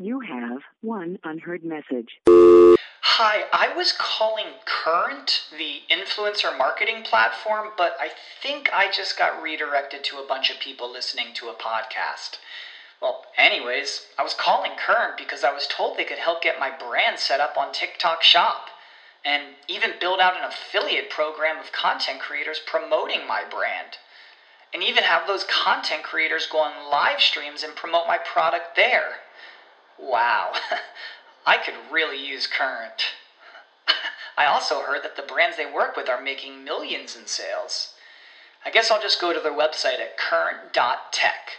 You have one unheard message. Hi, I was calling Current, the influencer marketing platform, but I think I just got redirected to a bunch of people listening to a podcast. Well, anyways, I was calling Current because I was told they could help get my brand set up on TikTok Shop, and even build out an affiliate program of content creators promoting my brand, and even have those content creators go on live streams and promote my product there. Wow, I could really use Current. I also heard that the brands they work with are making millions in sales. I guess I'll just go to their website at current.tech.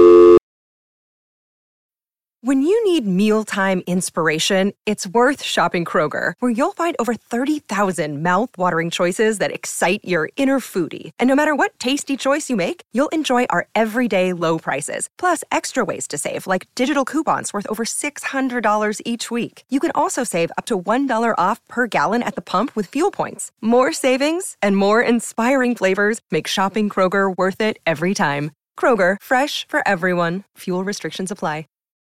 When you need mealtime inspiration, it's worth shopping Kroger, where you'll find over 30,000 mouth-watering choices that excite your inner foodie. And no matter what tasty choice you make, you'll enjoy our everyday low prices, plus extra ways to save, like digital coupons worth over $600 each week. You can also save up to $1 off per gallon at the pump with fuel points. More savings and more inspiring flavors make shopping Kroger worth it every time. Kroger, fresh for everyone. Fuel restrictions apply.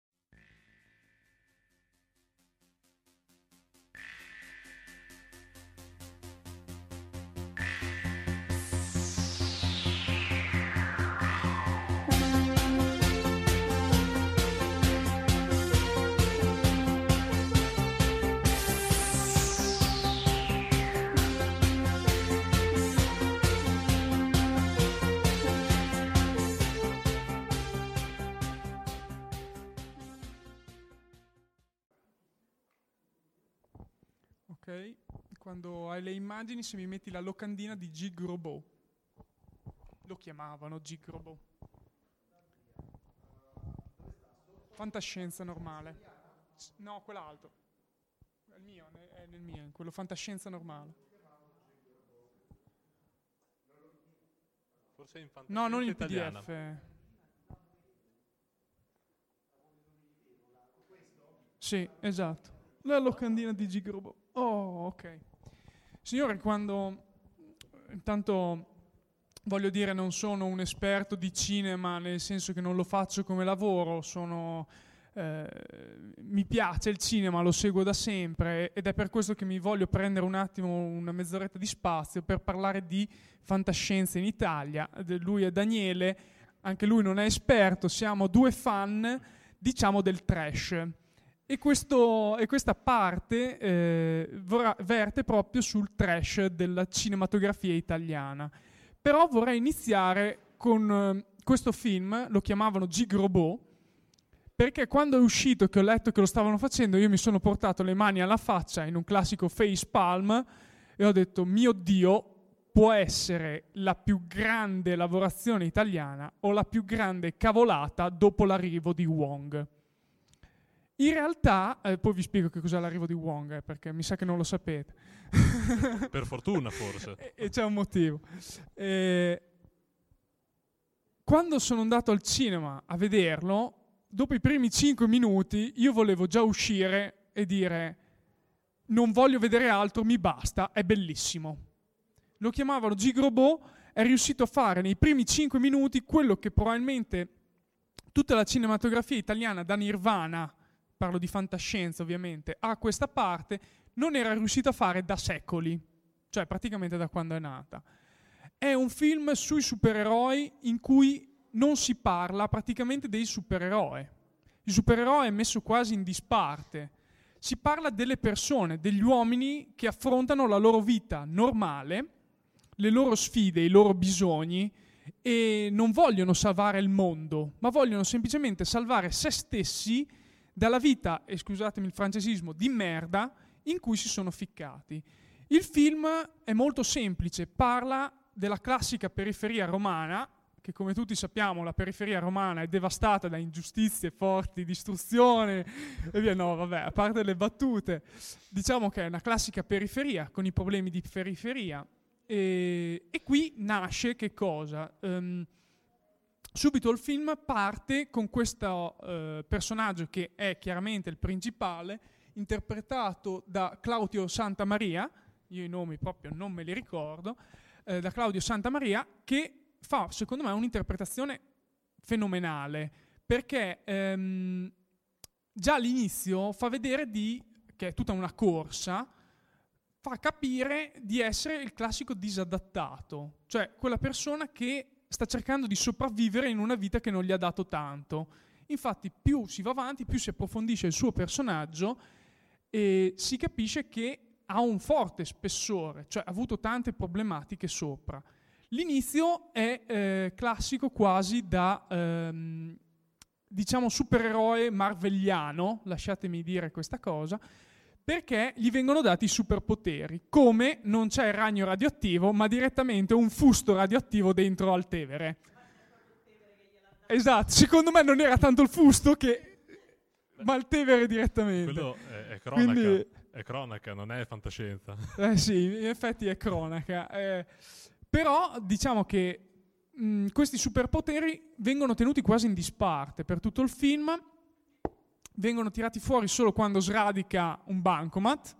Ok, quando hai le immagini, se mi metti la locandina di Gig Robot, lo chiamavano Gig Robot. Fantascienza normale. No, quell'altro. È il mio, è nel mio, quello fantascienza normale. Forse in fantascienza no, non il italiana. PDF. Sì, esatto. La locandina di Gig Robot. Oh, ok. Signore, intanto voglio dire, non sono un esperto di cinema, nel senso che non lo faccio come lavoro, mi piace il cinema, lo seguo da sempre, ed è per questo che mi voglio prendere un attimo, una mezz'oretta di spazio per parlare di fantascienza in Italia. Lui è Daniele, anche lui non è esperto, siamo due fan, diciamo, del trash. E questa parte verte proprio sul trash della cinematografia italiana. Però vorrei iniziare con questo film, lo chiamavano Gig Robot, perché quando è uscito, che ho letto che lo stavano facendo, io mi sono portato le mani alla faccia in un classico face palm e ho detto, mio Dio, può essere la più grande lavorazione italiana o la più grande cavolata dopo l'arrivo di Wong. In realtà, poi vi spiego che cos'è l'arrivo di Wong, perché mi sa che non lo sapete. Per fortuna, forse. e c'è un motivo. Quando sono andato al cinema a vederlo, dopo i primi 5 minuti, io volevo già uscire e dire non voglio vedere altro, mi basta, è bellissimo. Lo chiamavano Gig Robot, è riuscito a fare nei primi 5 minuti quello che probabilmente tutta la cinematografia italiana da Nirvana, parlo di fantascienza ovviamente, a questa parte non era riuscito a fare da secoli, cioè praticamente da quando è nata. È un film sui supereroi in cui non si parla praticamente dei supereroi. Il supereroe è messo quasi in disparte. Si parla delle persone, degli uomini che affrontano la loro vita normale, le loro sfide, i loro bisogni, e non vogliono salvare il mondo, ma vogliono semplicemente salvare se stessi dalla vita, e scusatemi il francesismo, di merda in cui si sono ficcati. Il film è molto semplice, parla della classica periferia romana, che come tutti sappiamo la periferia romana è devastata da ingiustizie forti, distruzione e via. No, vabbè, a parte le battute, diciamo che è una classica periferia con i problemi di periferia. E qui nasce che cosa? Subito il film parte con questo personaggio che è chiaramente il principale, interpretato da Claudio Santamaria, io i nomi proprio non me li ricordo, da Claudio Santamaria, che fa secondo me un'interpretazione fenomenale, perché già all'inizio fa vedere che è tutta una corsa, fa capire di essere il classico disadattato, cioè quella persona che sta cercando di sopravvivere in una vita che non gli ha dato tanto. Infatti più si va avanti, più si approfondisce il suo personaggio e si capisce che ha un forte spessore, cioè ha avuto tante problematiche sopra. L'inizio è classico quasi da, diciamo, supereroe marveliano, lasciatemi dire questa cosa, perché gli vengono dati i superpoteri, come non c'è il ragno radioattivo, ma direttamente un fusto radioattivo dentro al Tevere. Esatto, secondo me non era tanto il fusto ma il Tevere direttamente. Quello è cronaca, Quindi, è cronaca, non è fantascienza. Sì, in effetti è cronaca. Però diciamo che questi superpoteri vengono tenuti quasi in disparte per tutto il film, vengono tirati fuori solo quando sradica un bancomat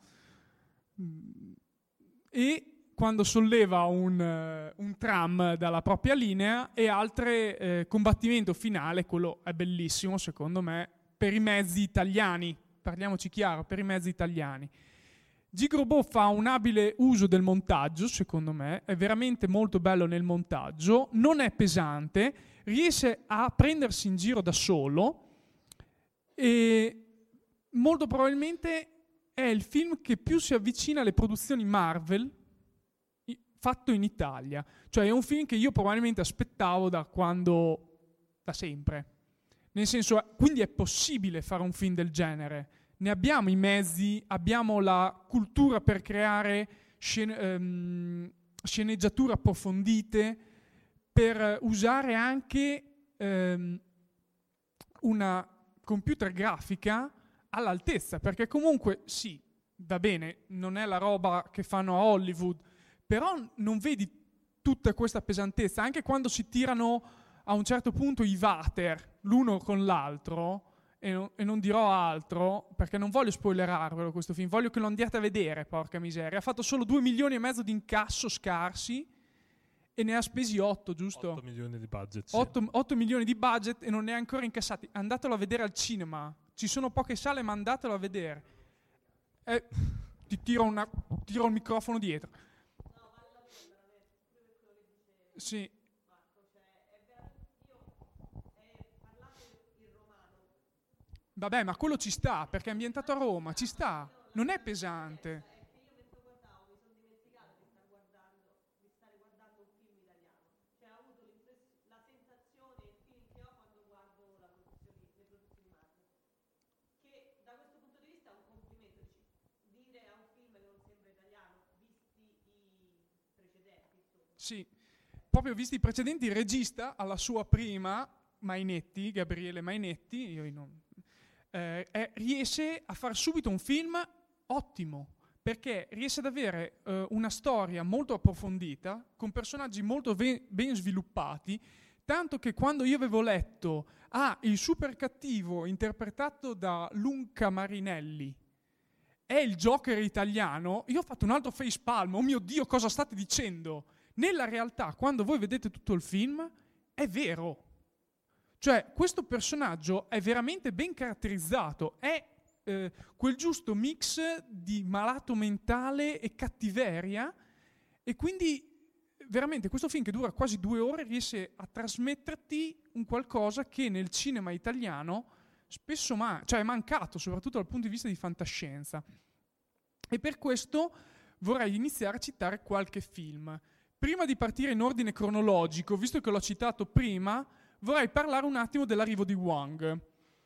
e quando solleva un tram dalla propria linea e altre combattimento finale, quello è bellissimo secondo me, per i mezzi italiani, parliamoci chiaro, per i mezzi italiani. Gigrobot fa un abile uso del montaggio, secondo me, è veramente molto bello nel montaggio, non è pesante, riesce a prendersi in giro da solo e molto probabilmente è il film che più si avvicina alle produzioni Marvel fatto in Italia. Cioè è un film che io probabilmente aspettavo da sempre. Nel senso, quindi è possibile fare un film del genere. Ne abbiamo i mezzi, abbiamo la cultura per creare sceneggiature approfondite, per usare anche una computer grafica all'altezza, perché comunque sì, va bene, non è la roba che fanno a Hollywood, però non vedi tutta questa pesantezza, anche quando si tirano a un certo punto i water l'uno con l'altro, e non dirò altro perché non voglio spoilerarvelo questo film, voglio che lo andiate a vedere, porca miseria. Ha fatto solo 2,5 milioni di incasso scarsi e ne ha spesi 8, giusto? 8 milioni di budget, sì. 8 milioni di budget e non ne ha ancora incassati. Andatelo a vedere al cinema, ci sono poche sale, ma andatelo a vedere. Ti tiro il microfono dietro. Sì. Vabbè, ma quello ci sta, perché è ambientato a Roma, ci sta, non è pesante. Sì, proprio visti i precedenti, il regista alla sua prima, Gabriele Mainetti, riesce a far subito un film ottimo, perché riesce ad avere una storia molto approfondita, con personaggi molto ben sviluppati, tanto che quando io avevo letto il super cattivo interpretato da Luca Marinelli è il Joker italiano, io ho fatto un altro facepalm, oh mio Dio, cosa state dicendo? Nella realtà, quando voi vedete tutto il film, è vero. Cioè, questo personaggio è veramente ben caratterizzato, è quel giusto mix di malato mentale e cattiveria, e quindi veramente questo film che dura quasi 2 ore riesce a trasmetterti un qualcosa che nel cinema italiano spesso è mancato, soprattutto dal punto di vista di fantascienza. E per questo vorrei iniziare a citare qualche film. Prima di partire in ordine cronologico, visto che l'ho citato prima, vorrei parlare un attimo dell'arrivo di Wong.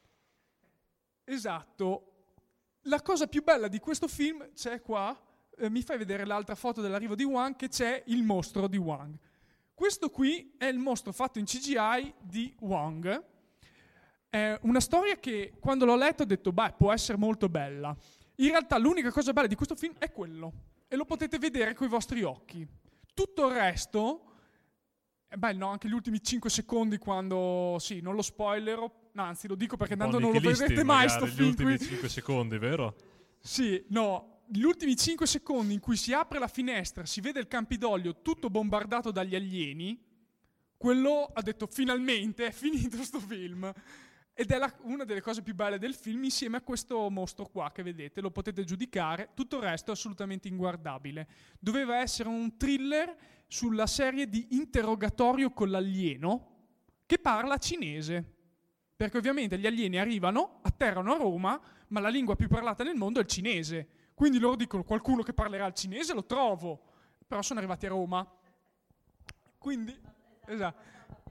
Esatto. La cosa più bella di questo film c'è qua, mi fai vedere l'altra foto dell'arrivo di Wong, che c'è il mostro di Wong. Questo qui è il mostro fatto in CGI di Wong. È una storia che quando l'ho letto ho detto, può essere molto bella. In realtà l'unica cosa bella di questo film è quello, e lo potete vedere coi vostri occhi. Tutto il resto, anche gli ultimi 5 secondi quando, sì, non lo spoilerò, anzi lo dico perché tanto non lo vedrete mai sto film. Gli ultimi 5 secondi, vero? Sì, no, gli ultimi 5 secondi in cui si apre la finestra, si vede il Campidoglio tutto bombardato dagli alieni, quello ha detto finalmente è finito sto film. Ed è una delle cose più belle del film, insieme a questo mostro qua che vedete, lo potete giudicare, tutto il resto è assolutamente inguardabile. Doveva essere un thriller sulla serie di Interrogatorio con l'alieno, che parla cinese. Perché ovviamente gli alieni arrivano, atterrano a Roma, ma la lingua più parlata nel mondo è il cinese. Quindi loro dicono, qualcuno che parlerà il cinese lo trovo. Però sono arrivati a Roma. Quindi, esatto.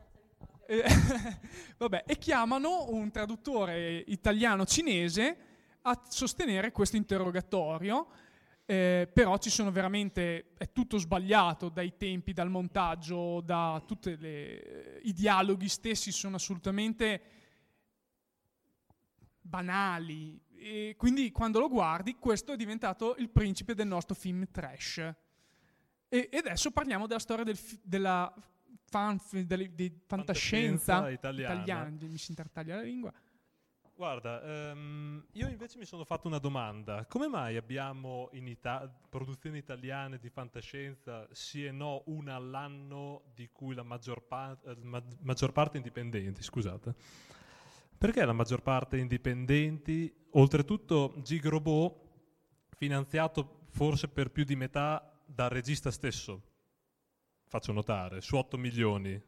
Vabbè, e chiamano un traduttore italiano-cinese a sostenere questo interrogatorio, però ci sono veramente, è tutto sbagliato dai tempi, dal montaggio, da tutti i dialoghi stessi sono assolutamente banali, e quindi quando lo guardi questo è diventato il principe del nostro film trash. E adesso parliamo della storia della di fantascienza italiana. Mi si intertaglia la lingua. Guarda, io invece mi sono fatto una domanda. Come mai abbiamo produzioni italiane di fantascienza, sì e no, una all'anno, di cui la maggior parte indipendenti, scusate? Perché la maggior parte indipendenti, oltretutto Gig Robot, finanziato forse per più di metà dal regista stesso, faccio notare, su 8 milioni.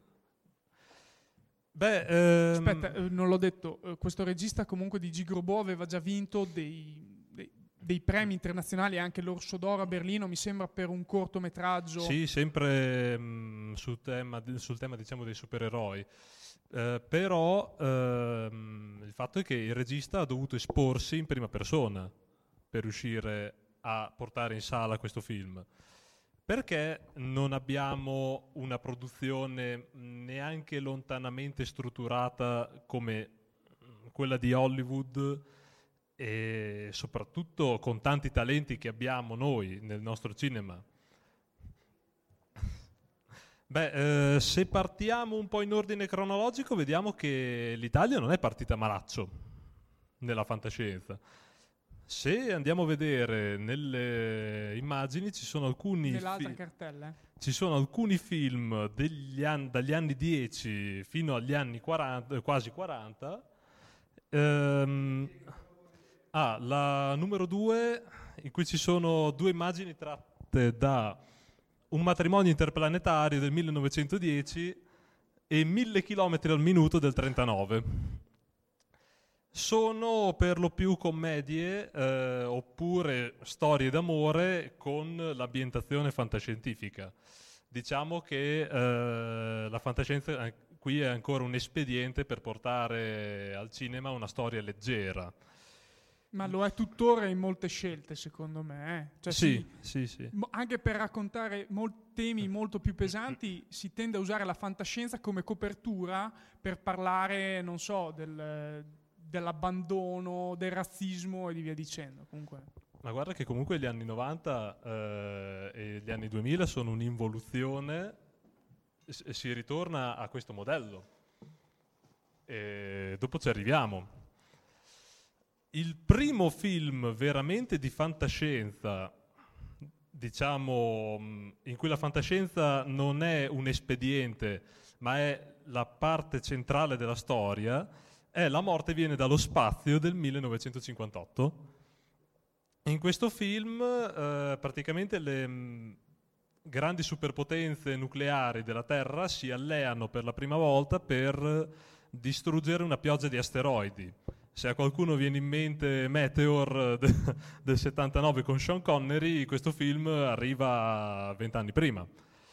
Aspetta, non l'ho detto, questo regista comunque di Gig Robot aveva già vinto dei premi internazionali, anche l'Orso d'Oro a Berlino, mi sembra, per un cortometraggio. Sì, sempre sul tema diciamo dei supereroi. Però il fatto è che il regista ha dovuto esporsi in prima persona per riuscire a portare in sala questo film. Perché non abbiamo una produzione neanche lontanamente strutturata come quella di Hollywood, e soprattutto con tanti talenti che abbiamo noi nel nostro cinema? Se partiamo un po' in ordine cronologico, vediamo che l'Italia non è partita malaccio nella fantascienza. Se andiamo a vedere nelle immagini ci sono alcuni ci sono alcuni film dagli anni 10 fino agli anni 40, quasi 40. La numero 2, in cui ci sono 2 immagini tratte da Un matrimonio interplanetario del 1910 e 1000 km al minuto del 39. Sono per lo più commedie oppure storie d'amore con l'ambientazione fantascientifica. Diciamo che la fantascienza qui è ancora un espediente per portare al cinema una storia leggera. Ma lo è tuttora in molte scelte, secondo me. Cioè, sì. Anche per raccontare temi molto più pesanti si tende a usare la fantascienza come copertura per parlare, non so, dell'abbandono, del razzismo e di via dicendo. Comunque. Ma guarda che comunque gli anni 90 e gli anni 2000 sono un'involuzione, e si ritorna a questo modello. E dopo ci arriviamo. Il primo film veramente di fantascienza, diciamo, in cui la fantascienza non è un espediente, ma è la parte centrale della storia, è La morte viene dallo spazio del 1958. In questo film praticamente le grandi superpotenze nucleari della Terra si alleano per la prima volta per distruggere una pioggia di asteroidi. Se a qualcuno viene in mente Meteor del 79 con Sean Connery, questo film arriva 20 anni prima.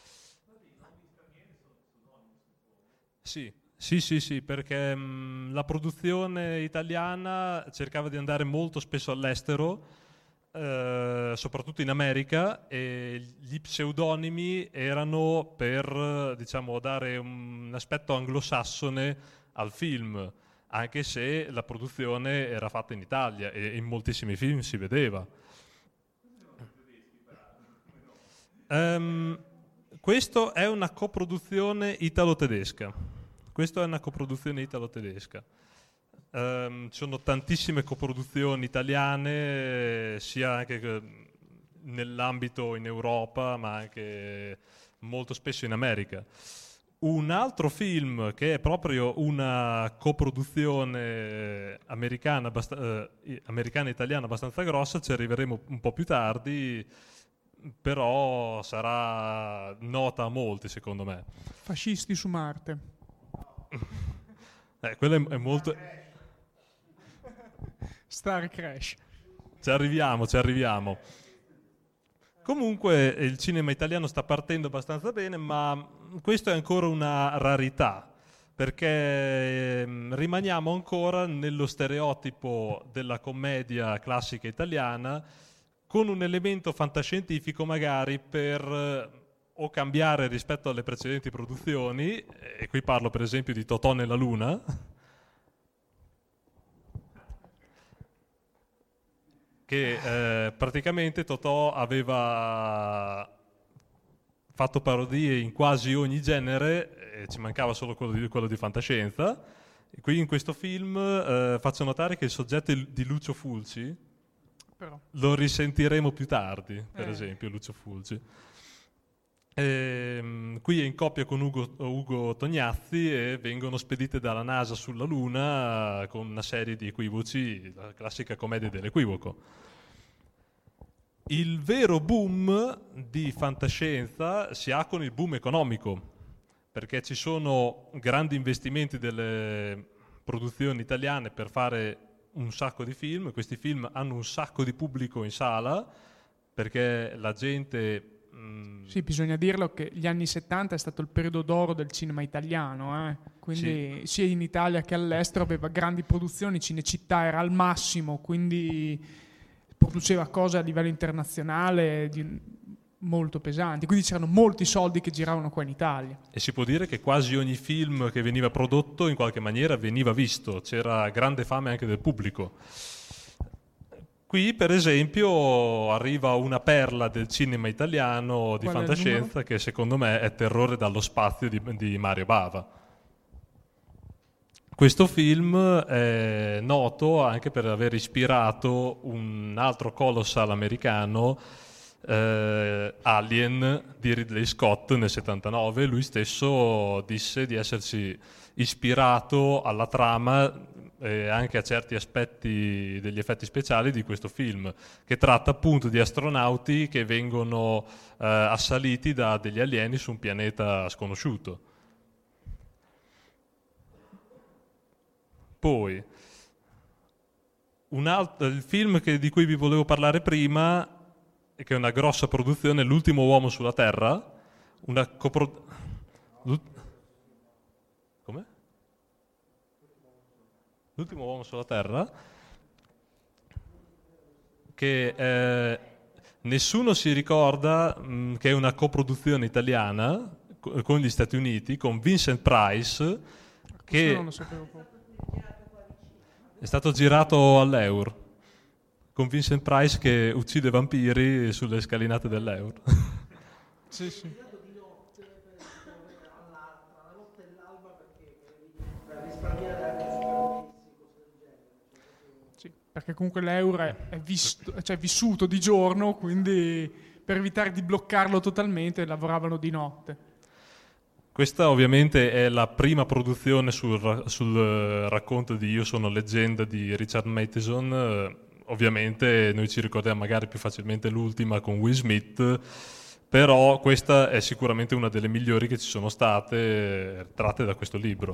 Sì, perché la produzione italiana cercava di andare molto spesso all'estero, soprattutto in America, e gli pseudonimi erano per, diciamo, dare un aspetto anglosassone al film, anche se la produzione era fatta in Italia e in moltissimi film si vedeva. Questo è una coproduzione italo-tedesca. Ci sono tantissime coproduzioni italiane, sia anche nell'ambito in Europa, ma anche molto spesso in America. Un altro film che è proprio una coproduzione americana-italiana abbastanza grossa, ci arriveremo un po' più tardi, però sarà nota a molti secondo me. Fascisti su Marte. Quello è molto... Star Crash. Ci arriviamo. Comunque il cinema italiano sta partendo abbastanza bene, ma questo è ancora una rarità, perché rimaniamo ancora nello stereotipo della commedia classica italiana, con un elemento fantascientifico magari per o cambiare rispetto alle precedenti produzioni, e qui parlo per esempio di Totò nella Luna, che praticamente Totò aveva fatto parodie in quasi ogni genere, ci mancava solo quello di fantascienza. E qui in questo film faccio notare che il soggetto è di Lucio Fulci, Però. lo risentiremo più tardi, per esempio, Lucio Fulci. Qui è in coppia con Ugo Tognazzi e vengono spedite dalla NASA sulla Luna con una serie di equivoci, la classica commedia dell'equivoco. Il vero boom di fantascienza si ha con il boom economico, perché ci sono grandi investimenti delle produzioni italiane per fare un sacco di film. Questi film hanno un sacco di pubblico in sala, perché la gente... Sì, bisogna dirlo che gli anni 70 è stato il periodo d'oro del cinema italiano, quindi sia in Italia che all'estero aveva grandi produzioni, Cinecittà era al massimo, quindi produceva cose a livello internazionale molto pesanti, quindi c'erano molti soldi che giravano qua in Italia. E si può dire che quasi ogni film che veniva prodotto in qualche maniera veniva visto, c'era grande fame anche del pubblico. Qui, per esempio, arriva una perla del cinema italiano di fantascienza che secondo me è Terrore dallo spazio di Mario Bava. Questo film è noto anche per aver ispirato un altro colossal americano, Alien, di Ridley Scott nel 79. Lui stesso disse di essersi ispirato alla trama e anche a certi aspetti degli effetti speciali di questo film, che tratta appunto di astronauti che vengono assaliti da degli alieni su un pianeta sconosciuto. Poi, il film di cui vi volevo parlare prima, che è una grossa produzione, L'ultimo uomo sulla Terra, una Come? L'ultimo uomo sulla Terra, che nessuno si ricorda che è una coproduzione italiana con gli Stati Uniti, con Vincent Price, che non lo sapevo proprio. È stato girato all'Eur, con Vincent Price che uccide vampiri sulle scalinate dell'Eur. Sì. Sì, perché comunque l'Eur è vissuto di giorno, quindi per evitare di bloccarlo totalmente lavoravano di notte. Questa ovviamente è la prima produzione sul racconto di Io sono leggenda di Richard Matheson. Ovviamente noi ci ricordiamo magari più facilmente l'ultima con Will Smith, però questa è sicuramente una delle migliori che ci sono state, tratte da questo libro.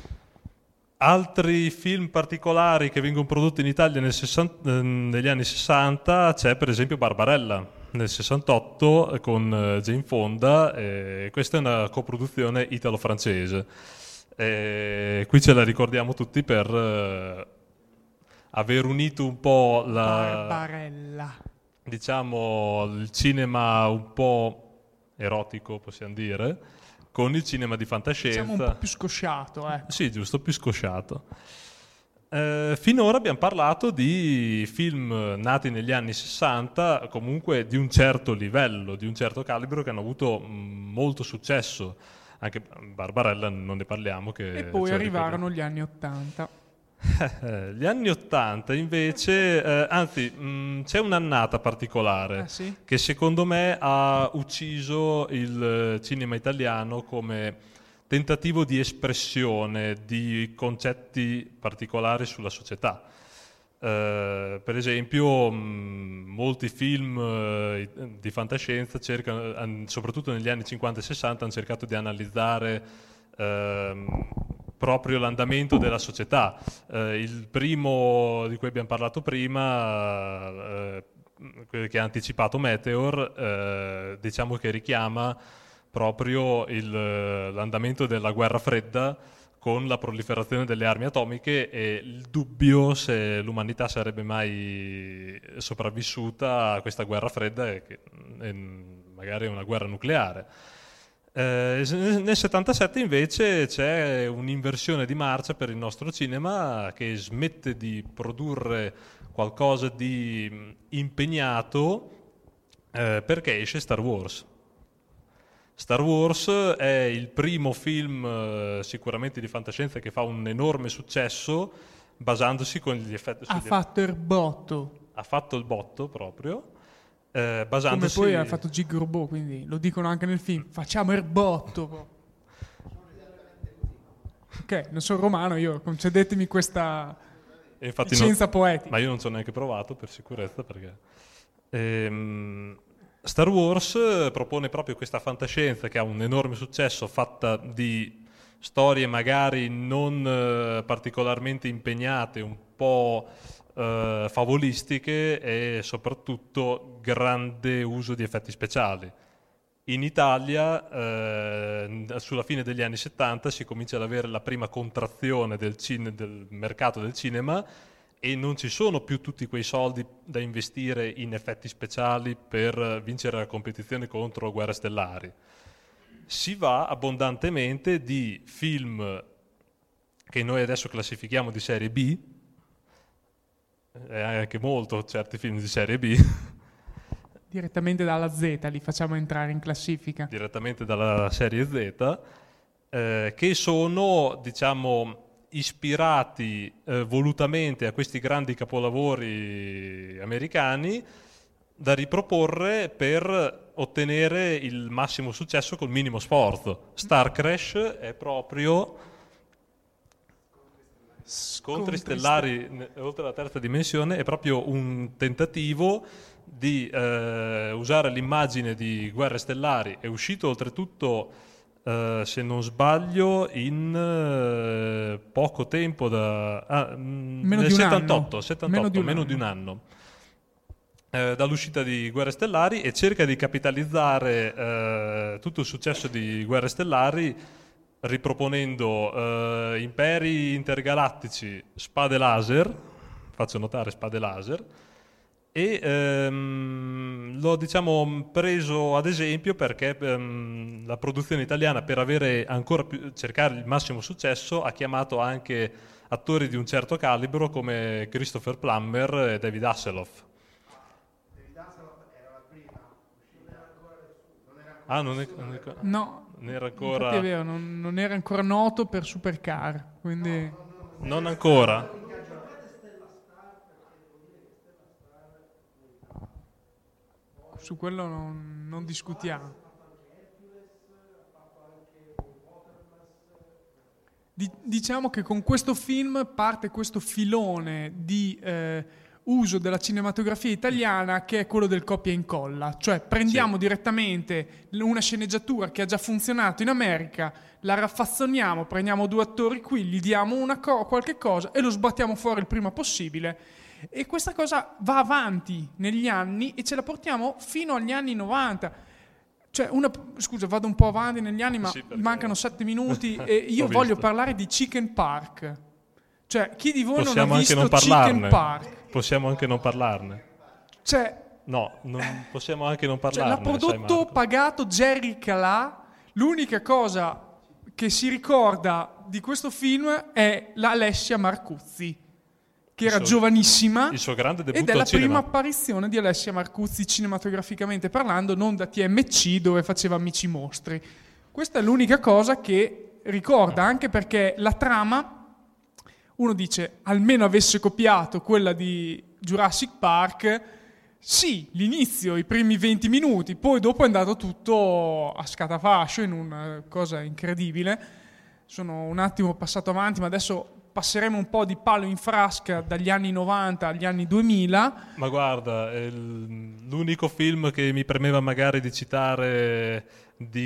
Altri film particolari che vengono prodotti in Italia negli anni 60, c'è per esempio Barbarella nel 68 con Jane Fonda, questa è una coproduzione italo-francese. Qui ce la ricordiamo tutti per aver unito un po' Barbarella. Diciamo il cinema un po' erotico, possiamo dire, con il cinema di fantascienza. Diciamo un po' più scosciato, ecco. Sì, giusto, più scosciato. Finora abbiamo parlato di film nati negli anni 60, comunque di un certo livello, di un certo calibro, che hanno avuto molto successo. Anche Barbarella non ne parliamo. E poi arrivarono gli anni 80. Gli anni 80 invece, c'è un'annata particolare sì? che secondo me ha ucciso il cinema italiano come tentativo di espressione di concetti particolari sulla società. Per esempio, molti film di fantascienza cercano, soprattutto negli anni 50 e 60, hanno cercato di analizzare proprio l'andamento della società. Il primo di cui abbiamo parlato prima, che ha anticipato Meteor, diciamo che richiama proprio l'andamento della guerra fredda con la proliferazione delle armi atomiche e il dubbio se l'umanità sarebbe mai sopravvissuta a questa guerra fredda e magari una guerra nucleare. Nel 77 invece c'è un'inversione di marcia per il nostro cinema, che smette di produrre qualcosa di impegnato perché esce Star Wars. Star Wars è il primo film sicuramente di fantascienza che fa un enorme successo basandosi con gli effetti. Ha fatto il botto. Ha fatto il botto proprio. Come Basandosi... poi ha fatto Gig Robot, quindi lo dicono anche nel film, facciamo il botto. Ok, non sono romano io, concedetemi questa licenza poetica. Ma io non ci ho neanche provato, per sicurezza, perché... Star Wars propone proprio questa fantascienza che ha un enorme successo, fatta di storie magari non particolarmente impegnate, un po' favolistiche e soprattutto grande uso di effetti speciali. In Italia, sulla fine degli anni 70, si comincia ad avere la prima contrazione del mercato del cinema e non ci sono più tutti quei soldi da investire in effetti speciali per vincere la competizione contro Guerre Stellari. Si va abbondantemente di film che noi adesso classifichiamo di serie B, e anche molto certi film di serie B. Direttamente dalla Z li facciamo entrare in classifica. Direttamente dalla serie Z, che sono, diciamo, ispirati volutamente a questi grandi capolavori americani da riproporre per ottenere il massimo successo col minimo sforzo. Star Crash è proprio Scontri stellari oltre la terza dimensione, è proprio un tentativo di usare l'immagine di Guerre Stellari. È uscito oltretutto, se non sbaglio, in poco tempo, nel 78, meno di un anno dall'uscita di Guerre Stellari, e cerca di capitalizzare tutto il successo di Guerre Stellari riproponendo imperi intergalattici, spade laser, faccio notare spade laser, e l'ho, diciamo, preso ad esempio perché la produzione italiana, per avere ancora più, cercare il massimo successo, ha chiamato anche attori di un certo calibro come Christopher Plummer e David Hasselhoff. David Hasselhoff era la prima, No, non era ancora... infatti è vero, non era ancora noto per Supercar, quindi... Non ancora. Su quello non discutiamo. Diciamo che con questo film parte questo filone di uso della cinematografia italiana, che è quello del copia e incolla, cioè prendiamo direttamente una sceneggiatura che ha già funzionato in America, la raffazzoniamo, prendiamo due attori qui, gli diamo qualche cosa e lo sbattiamo fuori il prima possibile, e questa cosa va avanti negli anni e ce la portiamo fino agli anni 90. Cioè scusa, vado un po' avanti negli anni, ma sì, mancano 7 minuti e io voglio parlare di Chicken Park. Cioè, chi di voi Possiamo non ha anche visto non parlarne. Chicken Park? Possiamo anche non parlarne. Cioè, No, possiamo anche non l'ha parlarne. prodotto, pagato Jerry Calà. L'unica cosa che si ricorda di questo film è l'Alessia Marcuzzi, che era giovanissima, il suo grande debutto ed è la al cinema. prima apparizione di Alessia Marcuzzi cinematograficamente parlando, non da TMC dove faceva Amici Mostri. Questa è l'unica cosa che ricorda, anche perché la trama, uno dice, almeno avesse copiato quella di Jurassic Park. Sì, l'inizio, i primi 20 minuti, poi dopo è andato tutto a scatafascio in una cosa incredibile. sono un attimo passato avanti, ma adesso passeremo un po' di palo in frasca dagli anni 90 agli anni 2000. Ma guarda, l'unico film che mi premeva magari di citare di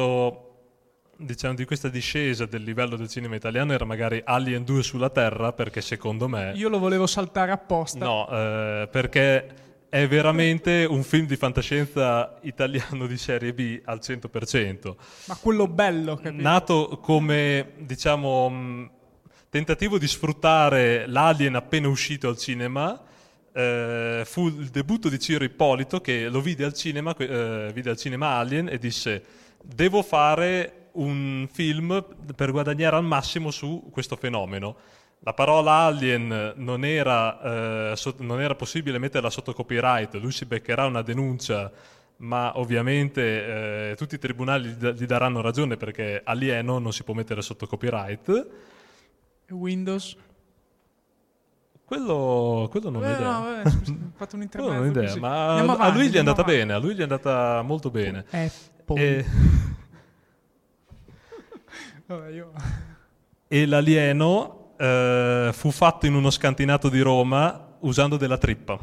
di questa discesa del livello del cinema italiano era magari Alien 2 sulla Terra, perché secondo me... Io lo volevo saltare apposta. No, perché è veramente un film di fantascienza italiano di serie B al 100%. Ma quello bello, capito? Nato come, diciamo, tentativo di sfruttare l'Alien appena uscito al cinema, fu il debutto di Ciro Ippolito, che lo vide al cinema Alien e disse: devo fare un film per guadagnare al massimo su questo fenomeno. La parola alien non era possibile metterla sotto copyright, lui si beccherà una denuncia, ma ovviamente tutti i tribunali gli daranno ragione, perché alieno non si può mettere sotto copyright. E Windows? Quello non ho idea. No, vabbè, scusa, ho fatto un intermezzo. Non ho idea, così. ma Andiamo a lui gli è andiamo andata avanti. bene, a lui gli è andata molto bene. Apple. Vabbè, io... E l'alieno fu fatto in uno scantinato di Roma usando della trippa.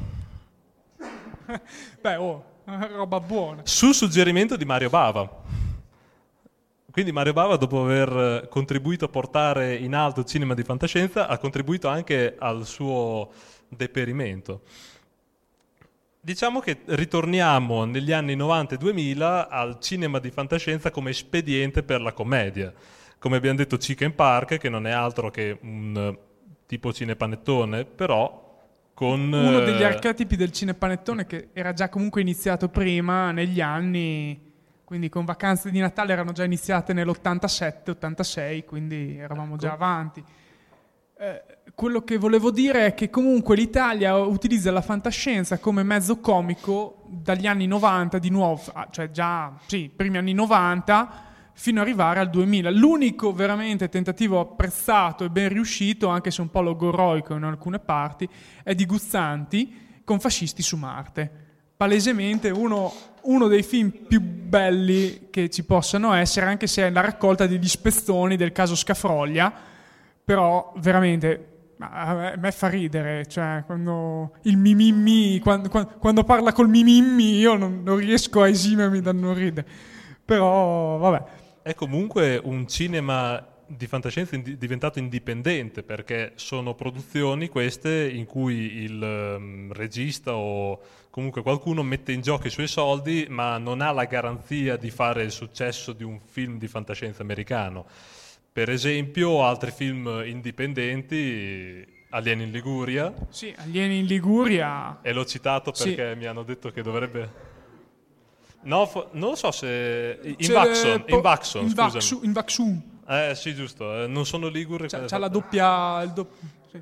Beh, roba buona. Su suggerimento di Mario Bava. Quindi Mario Bava, dopo aver contribuito a portare in alto il cinema di fantascienza, ha contribuito anche al suo deperimento. Diciamo che ritorniamo negli anni 90 e 2000 al cinema di fantascienza come espediente per la commedia. Come abbiamo detto, Chicken Park, che non è altro che un tipo cinepanettone, però con... Uno degli archetipi del cinepanettone che era già comunque iniziato prima, negli anni, quindi con Vacanze di Natale erano già iniziate nell'87-86, quindi eravamo già avanti. Quello che volevo dire è che comunque l'Italia utilizza la fantascienza come mezzo comico dagli anni 90 di nuovo, cioè già, sì, primi anni 90, fino ad arrivare al 2000. L'unico veramente tentativo apprezzato e ben riuscito, anche se un po' logorroico in alcune parti, è di Guzzanti con Fascisti su Marte. Palesemente uno dei film più belli che ci possano essere, anche se è la raccolta degli spezzoni del caso Scafroglia, però veramente a me fa ridere, cioè quando il mimimmi, quando parla col mimimmi io non riesco a esimermi dal non ridere, però vabbè. È comunque un cinema di fantascienza diventato indipendente, perché sono produzioni queste in cui il regista o comunque qualcuno mette in gioco i suoi soldi, ma non ha la garanzia di fare il successo di un film di fantascienza americano. Per esempio, altri film indipendenti, Alieni in Liguria. Sì, Alieni in Liguria. E l'ho citato perché Sì. mi hanno detto che dovrebbe... No, non lo so se... In Vaxon, scusami. In Vaxun. Sì, giusto, non sono ligure. C'ha la doppia... sì.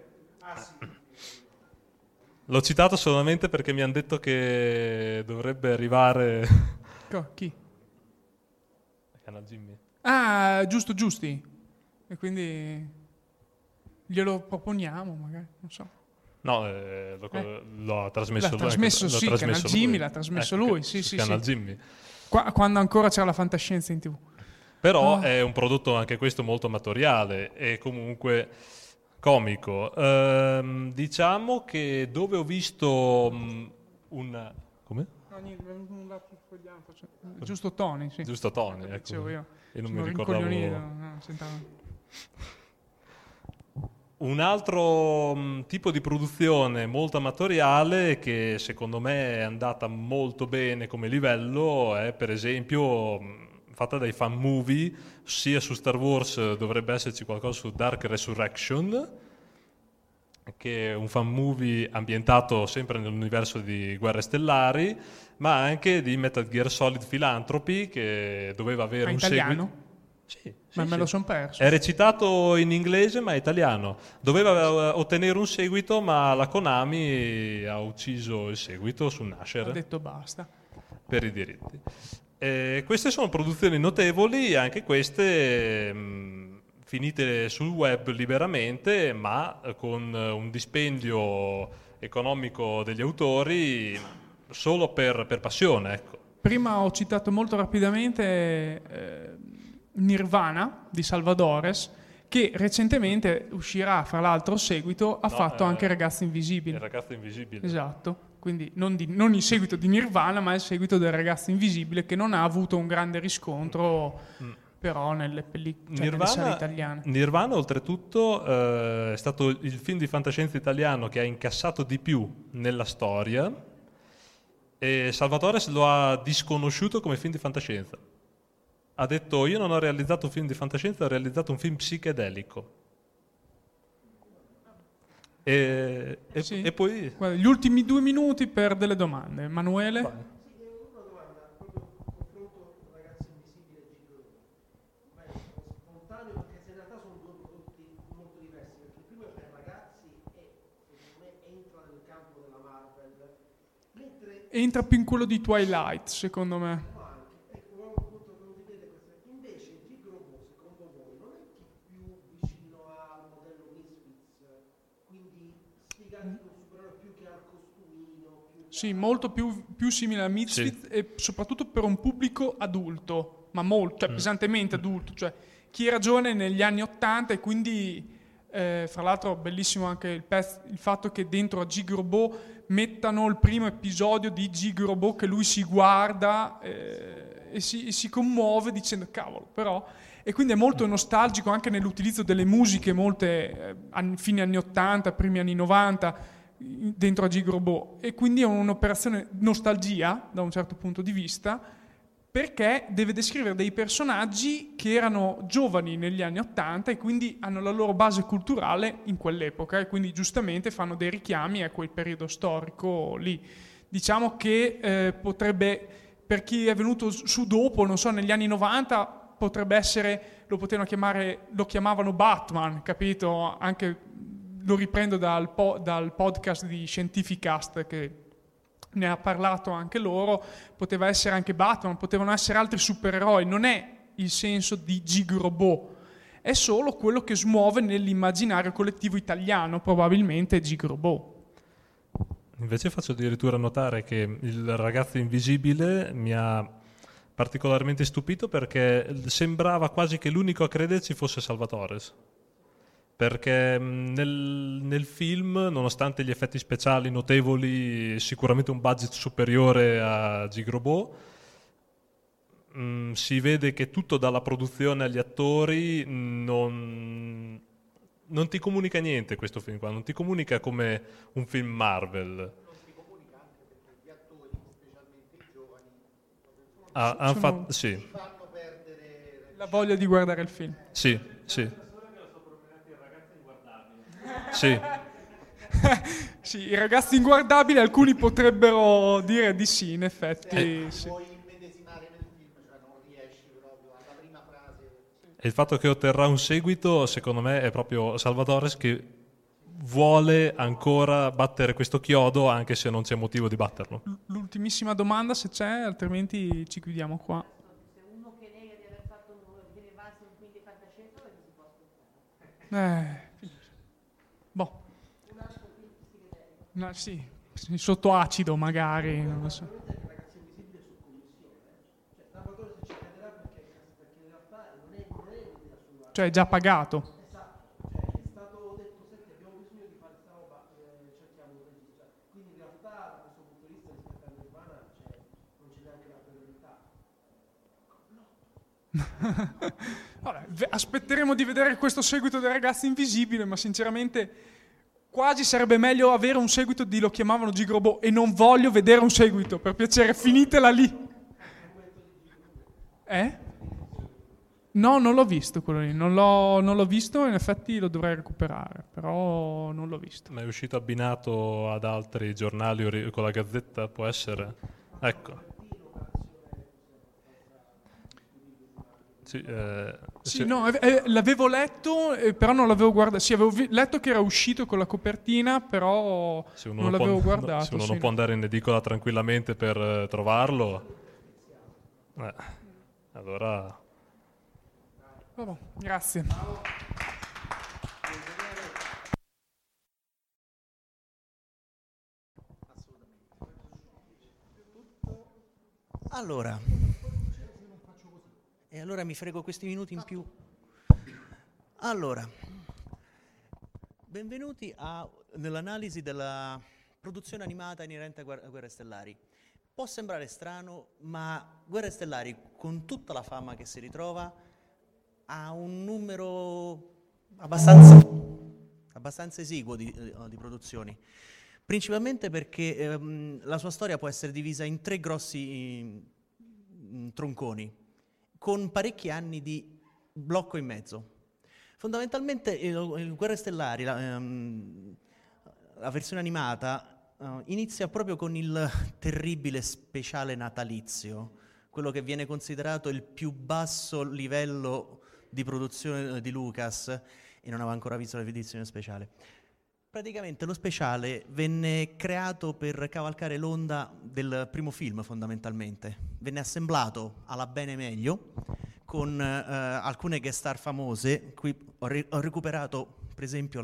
L'ho citato solamente perché mi hanno detto che dovrebbe arrivare... Chi? Canal Jimmy. Ah, Giusti. E quindi glielo proponiamo magari, non so. No, l'ho trasmesso lui. L'ha trasmesso, sì, Canal Jimmy lui. l'ha trasmesso lui, sì. Canal Jimmy. Quando ancora c'era la fantascienza in TV. Però è un prodotto anche questo molto amatoriale e comunque comico. Diciamo che dove ho visto un... Come? No, niente, un lato sfogliato. Giusto Tony, sì. Giusto Tony, ecco. Dicevo io. E non Sono mi ricordavo... rincoglionito, no, sentavo. Un altro tipo di produzione molto amatoriale che secondo me è andata molto bene come livello è per esempio fatta dai fan movie, sia su Star Wars dovrebbe esserci qualcosa su Dark Resurrection, che è un fan movie ambientato sempre nell'universo di Guerre Stellari, ma anche di Metal Gear Solid Philanthropy, che doveva avere un italiano? Sì, Ma me lo son perso. è recitato in inglese ma è italiano. Doveva ottenere un seguito, ma la Konami ha ucciso il seguito su Nasher Ho detto basta. per i diritti. Queste sono produzioni notevoli, anche queste finite sul web liberamente, ma con un dispendio economico degli autori solo per passione, ecco. Prima ho citato molto rapidamente Nirvana di Salvadores, che recentemente uscirà, fra l'altro, seguito, ha fatto anche Ragazzo Invisibile. Il ragazzo invisibile. Esatto, quindi non il seguito di Nirvana, ma il seguito del Ragazzo Invisibile, che non ha avuto un grande riscontro però nelle pellicole, nelle serie italiane. Nirvana, oltretutto, è stato il film di fantascienza italiano che ha incassato di più nella storia, e Salvatore lo ha disconosciuto come film di fantascienza. Ha detto: io non ho realizzato un film di fantascienza, ho realizzato un film psichedelico. E poi... Guarda, gli ultimi 2 minuti per delle domande. Emanuele? Una domanda, proprio confronto Ragazzi Invisibili e Gigolo. Beh, spontaneo, perché in realtà sono 2 prodotti molto diversi, perché il primo è per ragazzi e secondo me entra nel campo della Marvel, mentre Entra più in quello di Twilight, secondo me. invece Gigolo, secondo voi, non è più vicino al modello Misfits, quindi spiegato un supereroe più che al costumino, più che Sì, molto più simile a Misfits, e soprattutto per un pubblico adulto, ma molto, cioè pesantemente adulto. Cioè, chi era giovane negli anni '80, e quindi, fra l'altro, bellissimo anche il fatto che dentro a Gig Robot mettano il primo episodio di Gig Robot, che lui si guarda e si commuove dicendo cavolo, però... E quindi è molto nostalgico anche nell'utilizzo delle musiche, molte fine anni 80, primi anni 90, dentro a Gig Robot. E quindi è un'operazione nostalgia, da un certo punto di vista, perché deve descrivere dei personaggi che erano giovani negli anni 80 e quindi hanno la loro base culturale in quell'epoca, e quindi giustamente fanno dei richiami a quel periodo storico lì. Diciamo che potrebbe, per chi è venuto su dopo, non so, negli anni 90, potrebbe essere, lo chiamavano Batman, capito? Anche lo riprendo dal podcast di Scientificast, che ne ha parlato anche loro. Poteva essere anche Batman, potevano essere altri supereroi. Non è il senso di Gig Robot, è solo quello che smuove nell'immaginario collettivo italiano, probabilmente Gig Robot. Invece faccio addirittura notare che il Ragazzo Invisibile mi ha particolarmente stupito, perché sembrava quasi che l'unico a crederci fosse Salvatores. Perché nel film, nonostante gli effetti speciali notevoli, sicuramente un budget superiore a Gig Robot, si vede che tutto, dalla produzione agli attori, non ti comunica niente questo film qua, non ti comunica come un film Marvel. non si comunica anche perché gli attori, specialmente i giovani, Sì, fanno perdere La voglia di guardare il film. sì, sì. Sì. Sì, i ragazzi inguardabili, alcuni potrebbero dire di sì, in effetti. Sì. puoi immedesimare nel film, cioè non riesci proprio alla prima frase. E il fatto che otterrà un seguito, secondo me, è proprio Salvatores che vuole ancora battere questo chiodo, anche se non c'è motivo di batterlo. L'ultimissima domanda, se c'è, altrimenti ci chiudiamo qua. Se uno che nega di aver fatto di rilevarsi un film di fantascienza, dove si può ascoltare? Boh. Sì, sotto acido magari, non lo so. Ragazzi Invisibili su commissione, cioè Salvatore si ci crederà perché in realtà non è un'idea sua. Cioè è già pagato. Esatto, cioè è stato detto: senti, abbiamo bisogno di fare questa roba, cerchiamo un regista. Quindi in realtà, da questo punto di vista, rispetto a Nirvana, non c'è neanche la priorità. Vabbè, aspetteremo di vedere questo seguito del Ragazzo Invisibile, ma sinceramente quasi sarebbe meglio avere un seguito di Lo chiamavano Gig Robot, e non voglio vedere un seguito, per piacere, finitela lì. No, non l'ho visto quello lì, non l'ho visto, in effetti lo dovrei recuperare, però non l'ho visto. Ma è uscito abbinato ad altri giornali con la Gazzetta, può essere? Ecco. Sì, no, l'avevo letto, però non l'avevo guardato. Sì, avevo letto che era uscito con la copertina, però non l'avevo guardato. Se uno non può andare in edicola tranquillamente per trovarlo, allora... Vabbè, grazie. Allora, E allora mi frego questi minuti in più. Allora, benvenuti nell'analisi della produzione animata inerente a Guerre Stellari. Può sembrare strano, ma Guerre Stellari, con tutta la fama che si ritrova, ha un numero abbastanza esiguo di produzioni. Principalmente perché la sua storia può essere divisa in 3 grossi tronconi, con parecchi anni di blocco in mezzo. Fondamentalmente il Guerre Stellari, la versione animata, inizia proprio con il terribile speciale natalizio, quello che viene considerato il più basso livello di produzione di Lucas, e non aveva ancora visto la edizione speciale. Praticamente lo speciale venne creato per cavalcare l'onda del primo film, fondamentalmente. Venne assemblato alla bene meglio, con alcune guest star famose. Qui ho recuperato, per esempio,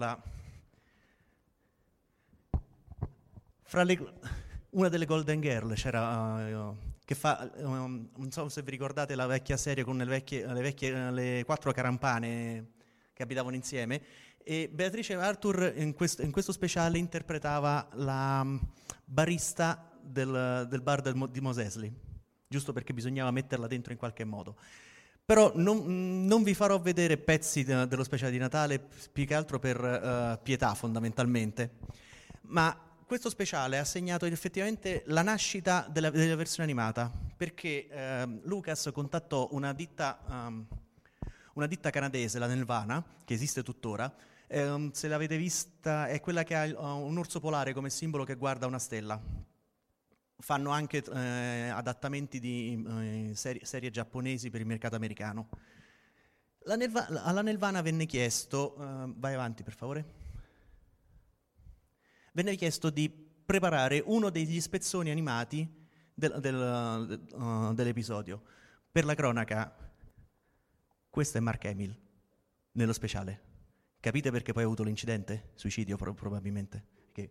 una delle Golden Girl, c'era che fa, non so se vi ricordate la vecchia serie con le 4 carampane che abitavano insieme, e Beatrice Arthur in questo speciale interpretava la barista del bar di Mos Eisley, giusto perché bisognava metterla dentro in qualche modo. Però non vi farò vedere pezzi dello speciale di Natale, più che altro per pietà, fondamentalmente. Ma questo speciale ha segnato effettivamente la nascita della versione animata, perché Lucas contattò una ditta canadese, la Nelvana, che esiste tuttora. Se l'avete vista, è quella che ha un orso polare come simbolo che guarda una stella. Fanno anche adattamenti di serie giapponesi per il mercato americano. Alla Nelvana venne chiesto, vai avanti per favore, venne chiesto di preparare uno degli spezzoni animati dell'episodio. Per la cronaca, questo è Mark Hamill nello speciale. Capite perché poi ha avuto l'incidente? Suicidio probabilmente.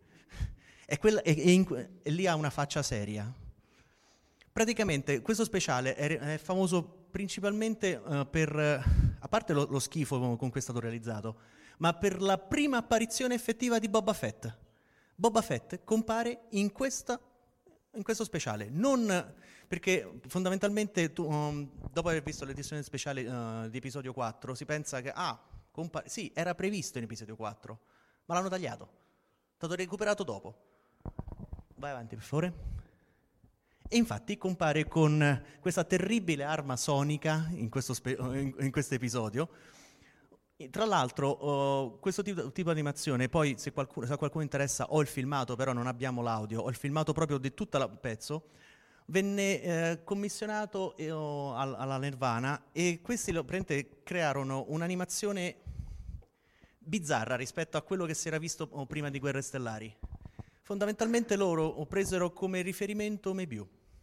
E lì ha una faccia seria. Praticamente questo speciale è famoso principalmente per, a parte lo schifo con cui è stato realizzato, ma per la prima apparizione effettiva di Boba Fett. Boba Fett compare in questo speciale, non perché fondamentalmente dopo aver visto l'edizione speciale di episodio 4 si pensa che sì, era previsto in episodio 4, ma l'hanno tagliato, è stato recuperato dopo. Vai avanti per favore. E infatti compare con questa terribile arma sonica in questo episodio. Tra l'altro questo tipo di animazione, poi se a qualcuno interessa, ho il filmato, però non abbiamo l'audio, ho il filmato proprio di tutto il pezzo, venne commissionato alla Nelvana, e questi crearono un'animazione bizzarra rispetto a quello che si era visto prima di Guerre Stellari. Fondamentalmente loro presero come riferimento Mebiu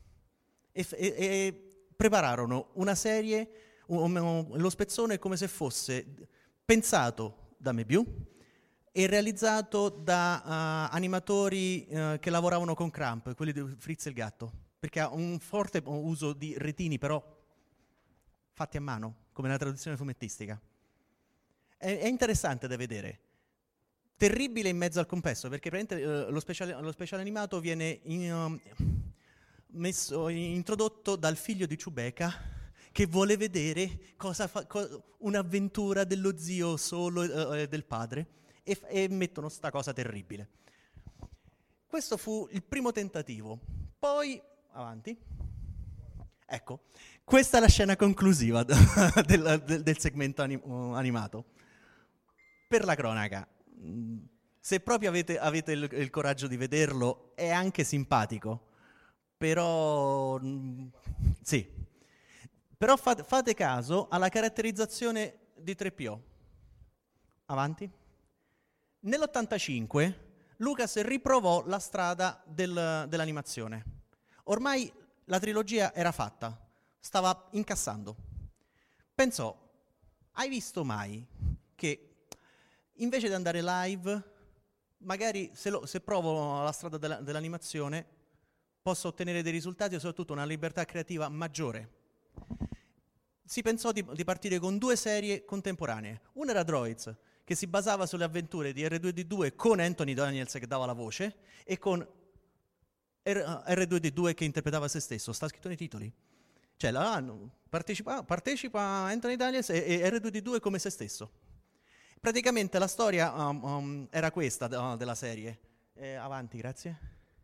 e prepararono una serie, lo spezzone come se fosse pensato da Mebiu e realizzato da animatori che lavoravano con Crump, quelli di Fritz il gatto, perché ha un forte uso di retini però fatti a mano, come nella traduzione fumettistica. È interessante da vedere. Terribile in mezzo al complesso, perché lo speciale animato viene introdotto dal figlio di Chewbacca, che vuole vedere un'avventura dello zio solo del padre, e mettono sta cosa terribile. Questo fu il primo tentativo. Poi, avanti. Ecco, questa è la scena conclusiva del segmento animato. Per la cronaca, se proprio avete il coraggio di vederlo, è anche simpatico, però sì. Però fate caso alla caratterizzazione di 3PO. Avanti. Nell'85 Lucas riprovò la strada dell'animazione. Ormai la trilogia era fatta, stava incassando. Pensò, hai visto mai che invece di andare live, magari se provo la strada dell'animazione, posso ottenere dei risultati e soprattutto una libertà creativa maggiore. si pensò di partire con 2 serie contemporanee. Una era Droids, che si basava sulle avventure di R2D2 con Anthony Daniels che dava la voce, e con R2D2 che interpretava se stesso. Sta scritto nei titoli. Cioè, partecipa Anthony Daniels e R2D2 come se stesso. Praticamente la storia era questa della serie. Avanti, grazie.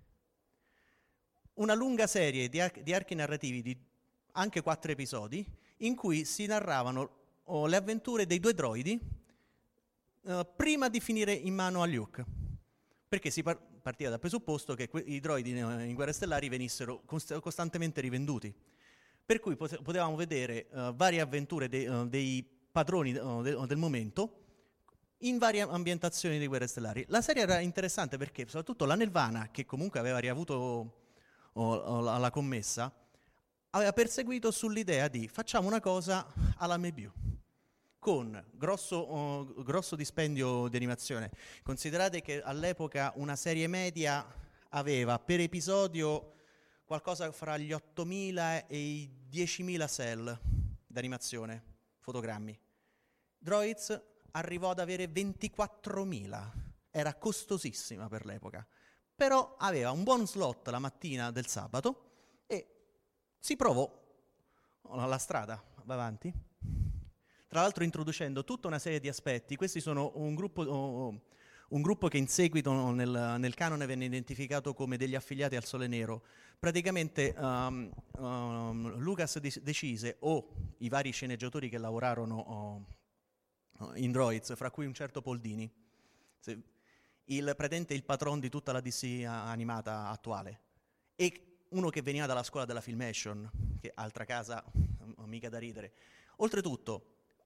Una lunga serie di archi narrativi di anche 4 episodi in cui si narravano le avventure dei 2 droidi prima di finire in mano a Luke, perché si partiva dal presupposto che i droidi in Guerre Stellari venissero costantemente rivenduti, per cui potevamo vedere varie avventure dei padroni del momento in varie ambientazioni di Guerre Stellari. La serie era interessante perché soprattutto la Nelvana, che comunque aveva riavuto la commessa, aveva perseguito sull'idea di facciamo una cosa alla Mebiu, con grosso dispendio di animazione. Considerate che all'epoca una serie media aveva per episodio qualcosa fra gli 8.000 e i 10.000 cell d'animazione, fotogrammi. Droids arrivò ad avere 24.000, era costosissima per l'epoca, però aveva un buon slot la mattina del sabato e si provò alla strada, va avanti. Tra l'altro introducendo tutta una serie di aspetti. Questi sono un gruppo che in seguito nel canone venne identificato come degli affiliati al Sole Nero. Praticamente Lucas decise, o i vari sceneggiatori che lavorarono in Droids, fra cui un certo Poldini, il patron di tutta la DC animata attuale, e uno che veniva dalla scuola della Filmation, che altra casa mica da ridere. Oltretutto,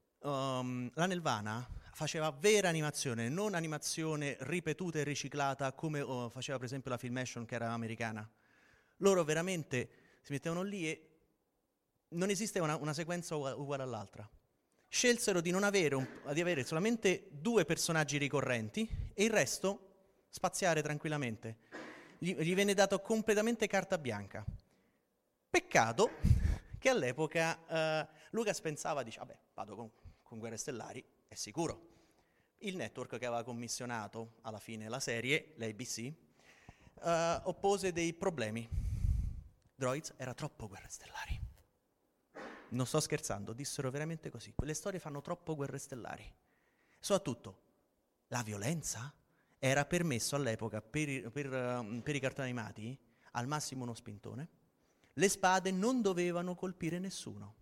la Nelvana faceva vera animazione, non animazione ripetuta e riciclata come faceva per esempio la Filmation, che era americana. Loro veramente si mettevano lì e non esisteva una sequenza uguale all'altra. Scelsero di avere solamente 2 personaggi ricorrenti e il resto spaziare tranquillamente. Gli venne dato completamente carta bianca. Peccato che all'epoca Lucas pensava, dice, vabbè, vado con Guerre Stellari, è sicuro. Il network che aveva commissionato alla fine la serie, l'ABC, oppose dei problemi. Droids era troppo Guerre Stellari. Non sto scherzando, dissero veramente così. Quelle storie fanno troppo Guerre Stellari. Soprattutto, la violenza era permesso all'epoca per i cartoni animati al massimo uno spintone. Le spade non dovevano colpire nessuno.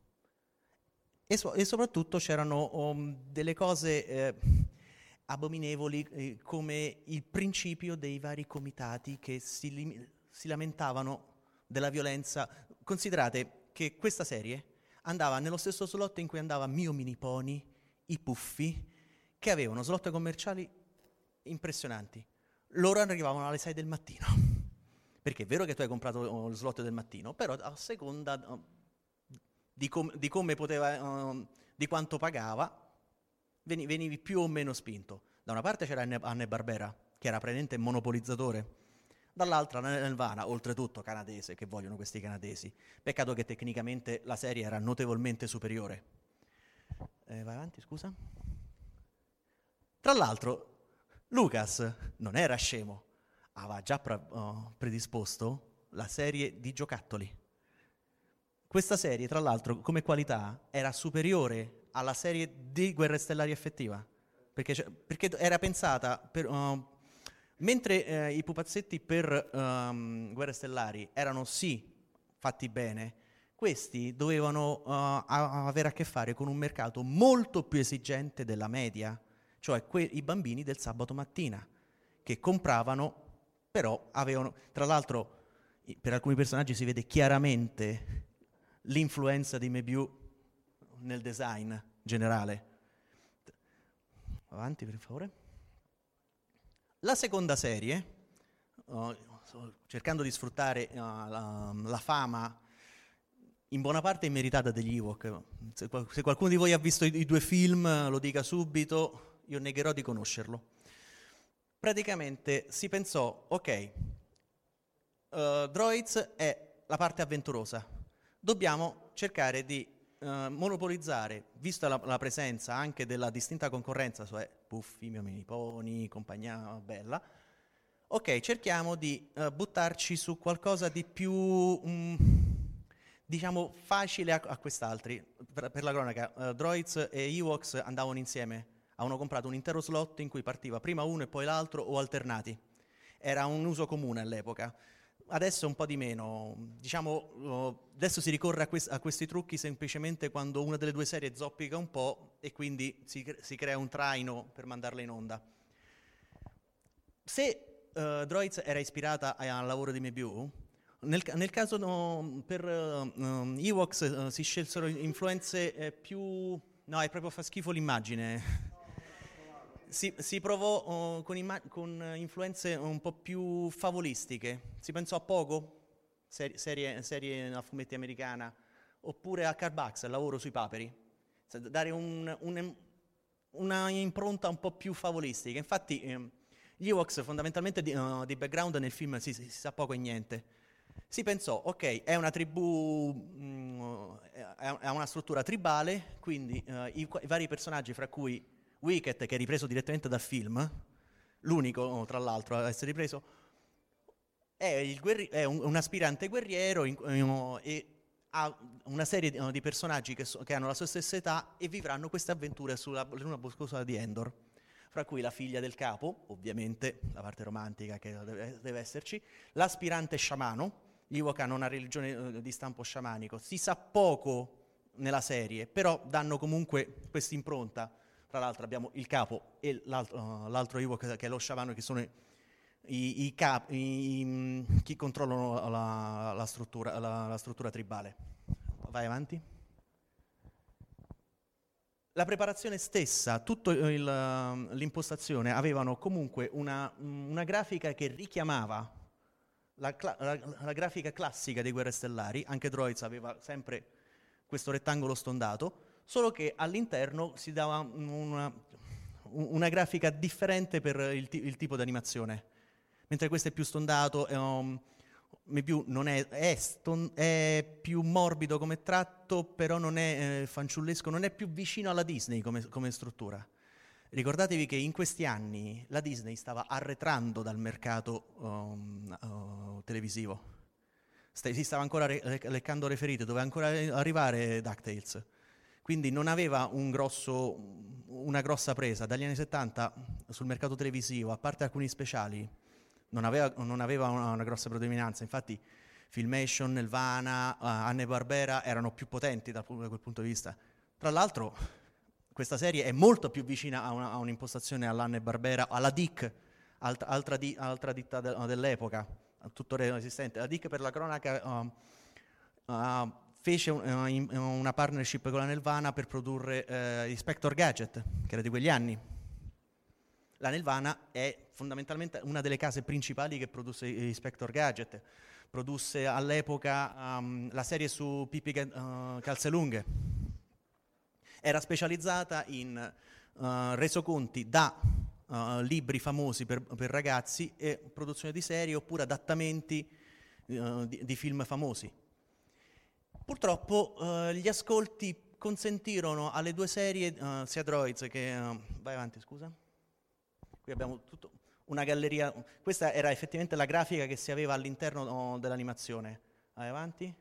E soprattutto c'erano delle cose abominevoli, come il principio dei vari comitati che si lamentavano della violenza. Considerate che questa serie andava nello stesso slot in cui andava Mio Mini Pony, i Puffi, che avevano slot commerciali impressionanti. Loro arrivavano alle 6 del mattino. Perché è vero che tu hai comprato lo slot del mattino, però a seconda di come poteva, di quanto pagava, venivi più o meno spinto. Da una parte c'era Hanna-Barbera, che era praticamente monopolizzatore, dall'altra la Nelvana, oltretutto canadese, che vogliono questi canadesi. Peccato che tecnicamente la serie era notevolmente superiore. Vai avanti, scusa. Tra l'altro, Lucas non era scemo, aveva già predisposto la serie di giocattoli. Questa serie, tra l'altro, come qualità, era superiore alla serie di Guerre Stellari effettiva, perché era pensata per... mentre i pupazzetti per Guerre Stellari erano sì fatti bene, questi dovevano avere a che fare con un mercato molto più esigente della media, cioè i bambini del sabato mattina, che compravano, però avevano... Tra l'altro, per alcuni personaggi si vede chiaramente l'influenza di Mebiu nel design generale. Avanti, per favore. La seconda serie, cercando di sfruttare la fama in buona parte immeritata degli Ewok, se qualcuno di voi ha visto i 2 film, lo dica subito, io negherò di conoscerlo. Praticamente si pensò, ok, Droids è la parte avventurosa, dobbiamo cercare di monopolizzare, vista la presenza anche della distinta concorrenza, cioè Puffy, Mio Mini Pony, compagnia bella, ok, cerchiamo di buttarci su qualcosa di più, diciamo, facile a quest'altri. Per la cronaca, Droids e Ewoks andavano insieme, avevano comprato un intero slot in cui partiva prima uno e poi l'altro o alternati. Era un uso comune all'epoca. Adesso un po' di meno, diciamo, adesso si ricorre a questi trucchi semplicemente quando una delle due serie zoppica un po' e quindi si crea un traino per mandarla in onda. Se Droids era ispirata al lavoro di Mebiu, nel caso per Ewoks si scelsero influenze più... No, è proprio fa schifo l'immagine. Si provò con influenze un po' più favolistiche. Si pensò a Pogo, serie a fumetti americana, oppure a Karl Barks, il lavoro sui paperi. Dare una impronta un po' più favolistica. Infatti gli Ewoks fondamentalmente di background nel film si sa poco e niente. Si pensò, ok, è una tribù, è una struttura tribale, quindi i vari personaggi, fra cui Wicket, che è ripreso direttamente dal film, l'unico tra l'altro a essere ripreso, è un aspirante guerriero e ha una serie di personaggi che hanno la sua stessa età e vivranno queste avventure sulla luna boscosa di Endor, fra cui la figlia del capo, ovviamente la parte romantica che deve esserci, l'aspirante sciamano. Gli Ewok hanno una religione di stampo sciamanico, si sa poco nella serie, però danno comunque questa impronta. Tra l'altro abbiamo il capo e l'altro Ewok che è lo sciamano, che sono chi controllano la struttura tribale. Vai avanti. La preparazione stessa, tutta l'impostazione, avevano comunque una grafica che richiamava la grafica classica dei Guerre Stellari. Anche Droids aveva sempre questo rettangolo stondato, solo che all'interno si dava una grafica differente per il tipo di animazione. Mentre questo è più stondato, non è più morbido come tratto, però non è fanciullesco, non è più vicino alla Disney come struttura. Ricordatevi che in questi anni la Disney stava arretrando dal mercato televisivo. Si stava ancora leccando le ferite, doveva ancora arrivare DuckTales. Quindi non aveva una grossa presa. Dagli anni 70 sul mercato televisivo, a parte alcuni speciali, non aveva una grossa predominanza. Infatti Filmation, Nelvana, Hanna-Barbera erano più potenti da quel punto di vista. Tra l'altro questa serie è molto più vicina a un'impostazione all'Hanna-Barbera, alla Dick, altra ditta dell'epoca, tuttora esistente. La Dick, per la cronaca, fece una partnership con la Nelvana per produrre Inspector Gadget, che era di quegli anni. La Nelvana è fondamentalmente una delle case principali che produsse Inspector Gadget. Produsse all'epoca la serie su Pippi Calzelunghe. Era specializzata in resoconti da libri famosi per ragazzi e produzione di serie oppure adattamenti di film famosi. Purtroppo gli ascolti consentirono alle due serie, sia Droids che... vai avanti, scusa. Qui abbiamo una galleria. Questa era effettivamente la grafica che si aveva all'interno dell'animazione. Vai avanti.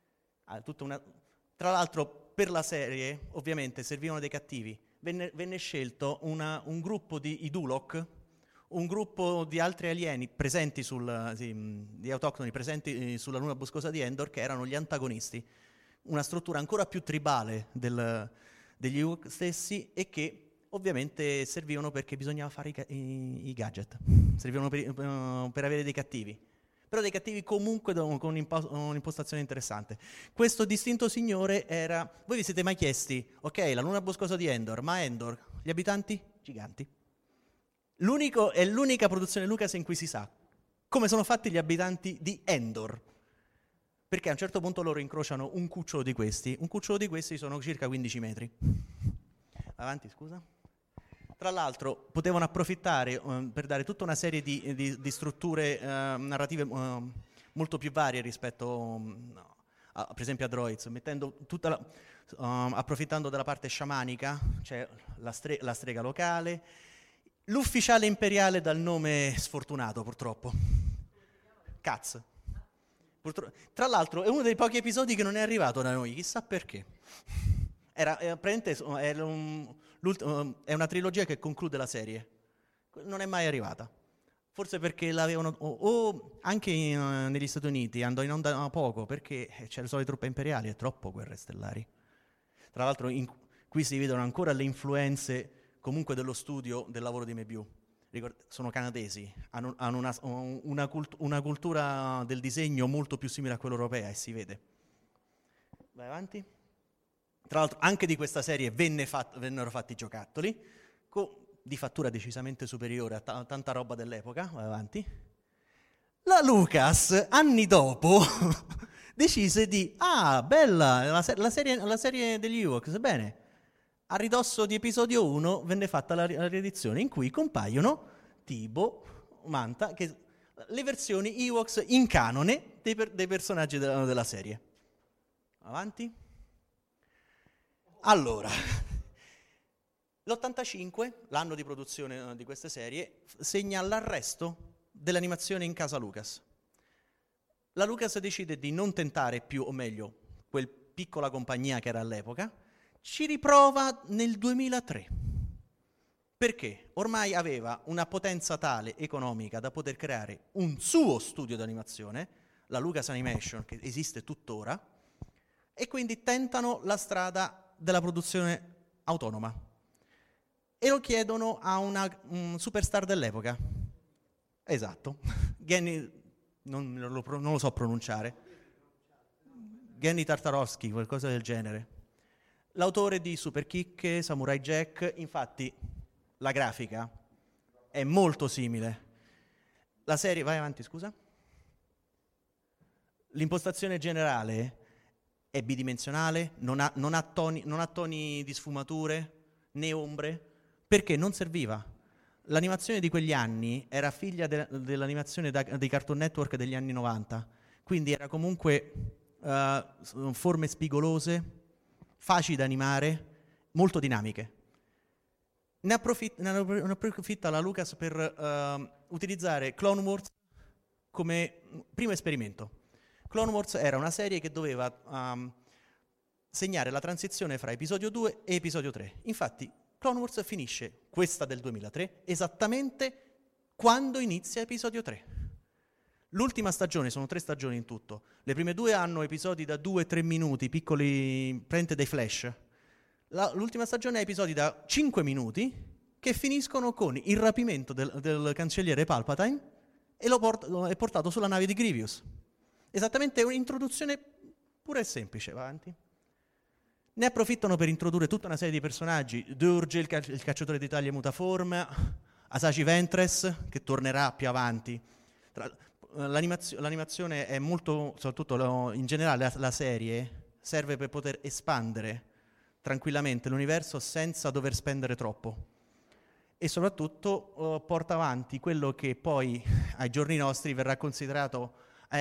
Tra l'altro, per la serie, ovviamente, servivano dei cattivi. Venne scelto un gruppo di Duloc, un gruppo di altri alieni presenti di autoctoni presenti sulla luna boscosa di Endor, che erano gli antagonisti. Una struttura ancora più tribale degli Ewok stessi e che ovviamente servivano perché bisognava fare i gadget, servivano per avere dei cattivi, però dei cattivi comunque con un'impostazione interessante. Questo distinto signore era... Voi vi siete mai chiesti, ok, la luna boscosa di Endor, ma Endor, gli abitanti? Giganti. È l'unica produzione Lucas in cui si sa come sono fatti gli abitanti di Endor, perché a un certo punto loro incrociano un cucciolo di questi sono circa 15 metri. Avanti, scusa. Tra l'altro potevano approfittare per dare tutta una serie di strutture narrative molto più varie rispetto per esempio a Droids, mettendo approfittando della parte sciamanica, c'è la strega locale, l'ufficiale imperiale dal nome sfortunato purtroppo, Katz. Tra l'altro è uno dei pochi episodi che non è arrivato da noi, chissà perché. È una trilogia che conclude la serie, non è mai arrivata. Forse perché l'avevano, o anche negli Stati Uniti andò in onda poco, perché c'erano le truppe imperiali, è troppo Guerre Stellari. Tra l'altro qui si vedono ancora le influenze comunque dello studio del lavoro di Mébius. Sono canadesi, hanno una cultura del disegno molto più simile a quella europea, e si vede. Vai avanti. Tra l'altro anche di questa serie vennero fatti giocattoli, di fattura decisamente superiore a tanta roba dell'epoca. Vai avanti. La Lucas, anni dopo, decise di, bella, la serie degli Ewoks, bene. A ridosso di episodio 1 venne fatta la riedizione in cui compaiono Tibo, Manta, le versioni Ewoks in canone dei personaggi della serie. Avanti. Allora, l'85, l'anno di produzione di queste serie, segna l'arresto dell'animazione in casa Lucas. La Lucas decide di non tentare più, o meglio, quel piccola compagnia che era all'epoca, ci riprova nel 2003. Perché? Ormai aveva una potenza tale economica da poter creare un suo studio di animazione, la Lucas Animation, che esiste tuttora, e quindi tentano la strada della produzione autonoma. E lo chiedono a un superstar dell'epoca. Esatto. Non lo so pronunciare. Genndy Tartarovsky, qualcosa del genere. L'autore di Super Kick, Samurai Jack, infatti la grafica è molto simile. La serie, vai avanti, scusa. L'impostazione generale è bidimensionale, non ha toni di sfumature né ombre, perché non serviva. L'animazione di quegli anni era figlia dell'animazione dei Cartoon Network degli anni 90, quindi era comunque forme spigolose, facili da animare, molto dinamiche. Ne approfitta la Lucas per utilizzare Clone Wars come primo esperimento. Clone Wars era una serie che doveva segnare la transizione fra episodio 2 e episodio 3. Infatti Clone Wars finisce, questa del 2003, esattamente quando inizia episodio 3. L'ultima stagione, sono 3 stagioni in tutto, le prime 2 hanno episodi da 2-3 minuti, piccoli, prende dei flash. L'ultima stagione ha episodi da 5 minuti che finiscono con il rapimento del cancelliere Palpatine e è portato sulla nave di Grievous. Esattamente un'introduzione pura e semplice, va avanti. Ne approfittano per introdurre tutta una serie di personaggi, Durge, il cacciatore di taglie mutaforma, Asashi Ventress, che tornerà più avanti. L'animazione è molto, soprattutto in generale la serie, serve per poter espandere tranquillamente l'universo senza dover spendere troppo. E soprattutto porta avanti quello che poi ai giorni nostri verrà considerato,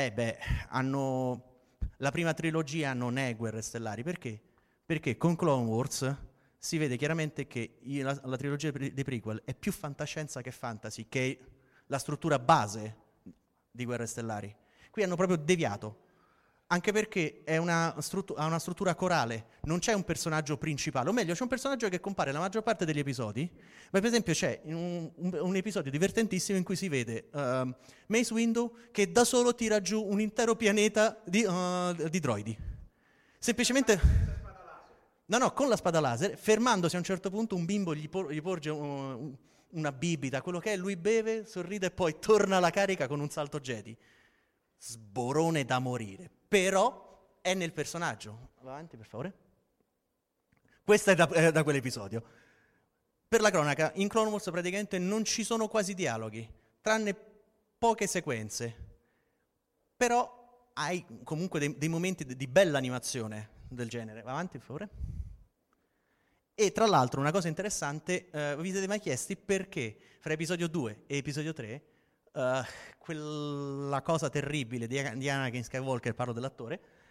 la prima trilogia non è Guerre Stellari, perché? Perché con Clone Wars si vede chiaramente che la trilogia dei prequel è più fantascienza che fantasy, che è la struttura base di Guerre Stellari. Qui hanno proprio deviato, anche perché ha una struttura corale, non c'è un personaggio principale, o meglio c'è un personaggio che compare la maggior parte degli episodi, ma per esempio c'è un episodio divertentissimo in cui si vede Mace Windu che da solo tira giù un intero pianeta di droidi. Semplicemente... No, con la spada laser, fermandosi a un certo punto un bimbo gli porge una bibita, quello che è, lui beve, sorride e poi torna alla carica con un salto Jedi. Sborone da morire, però è nel personaggio. Avanti, per favore. Questo è da quell'episodio. Per la cronaca, in Clone Wars praticamente non ci sono quasi dialoghi, tranne poche sequenze. Però hai comunque dei momenti di bella animazione del genere. Va avanti, per favore. E tra l'altro una cosa interessante, vi siete mai chiesti perché fra episodio 2 e episodio 3 quella cosa terribile di Anakin Skywalker, parlo dell'attore,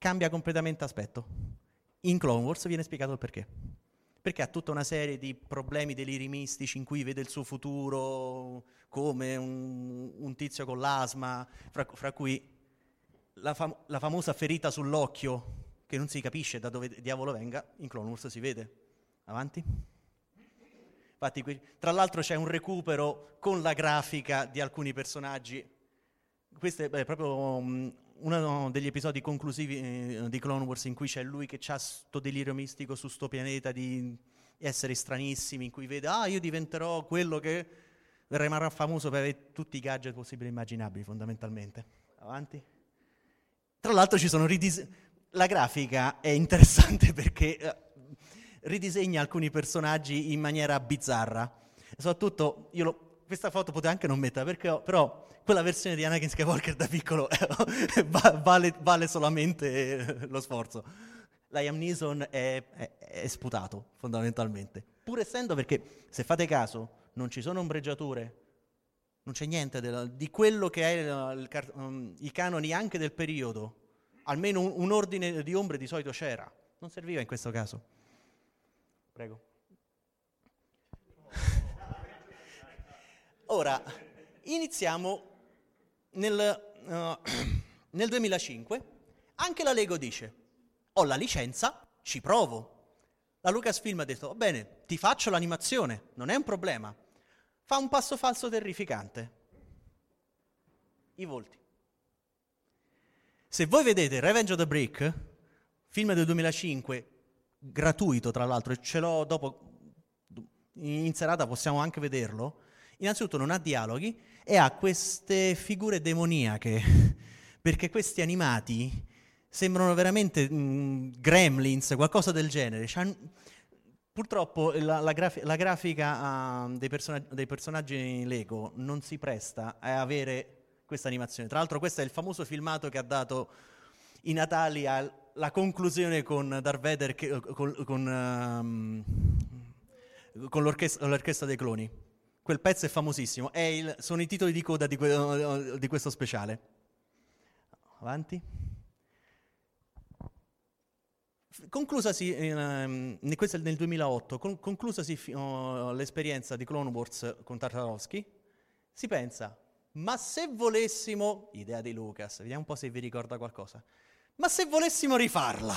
cambia completamente aspetto. In Clone Wars viene spiegato il perché. Perché ha tutta una serie di problemi, deliri mistici in cui vede il suo futuro come un tizio con l'asma, fra cui la famosa ferita sull'occhio, che non si capisce da dove diavolo venga, in Clone Wars si vede. Avanti. Infatti, tra l'altro c'è un recupero con la grafica di alcuni personaggi. Questo è proprio uno degli episodi conclusivi di Clone Wars in cui c'è lui che ha sto delirio mistico su sto pianeta di esseri stranissimi, in cui vede, io diventerò quello che rimarrà famoso per avere tutti i gadget possibili e immaginabili, fondamentalmente. Avanti. Tra l'altro ci sono la grafica è interessante perché ridisegna alcuni personaggi in maniera bizzarra. Soprattutto, questa foto potete anche non metterla, però quella versione di Anakin Skywalker da piccolo vale solamente lo sforzo. Liam Neeson è sputato, fondamentalmente. Pur essendo, perché, se fate caso, non ci sono ombreggiature, non c'è niente di quello che è i canoni anche del periodo. Almeno un ordine di ombre di solito c'era. Non serviva in questo caso. Prego. Ora, iniziamo nel 2005. Anche la Lego dice, ho la licenza, ci provo. La Lucasfilm ha detto, va bene, ti faccio l'animazione, non è un problema. Fa un passo falso terrificante. I volti. Se voi vedete Revenge of the Brick, film del 2005, gratuito tra l'altro, e ce l'ho dopo, in serata possiamo anche vederlo, innanzitutto non ha dialoghi e ha queste figure demoniache, perché questi animati sembrano veramente gremlins, qualcosa del genere. Purtroppo la grafica dei personaggi Lego non si presta a avere questa animazione. Tra l'altro questo è il famoso filmato che ha dato i Natali alla conclusione con Darth Vader con l'orchestra dei cloni. Quel pezzo è famosissimo, sono i titoli di coda di questo speciale. Avanti. Conclusasi, questo è nel 2008, conclusasi l'esperienza di Clone Wars con Tartakovsky, si pensa, ma se volessimo, idea di Lucas, vediamo un po' se vi ricorda qualcosa, ma se volessimo rifarla,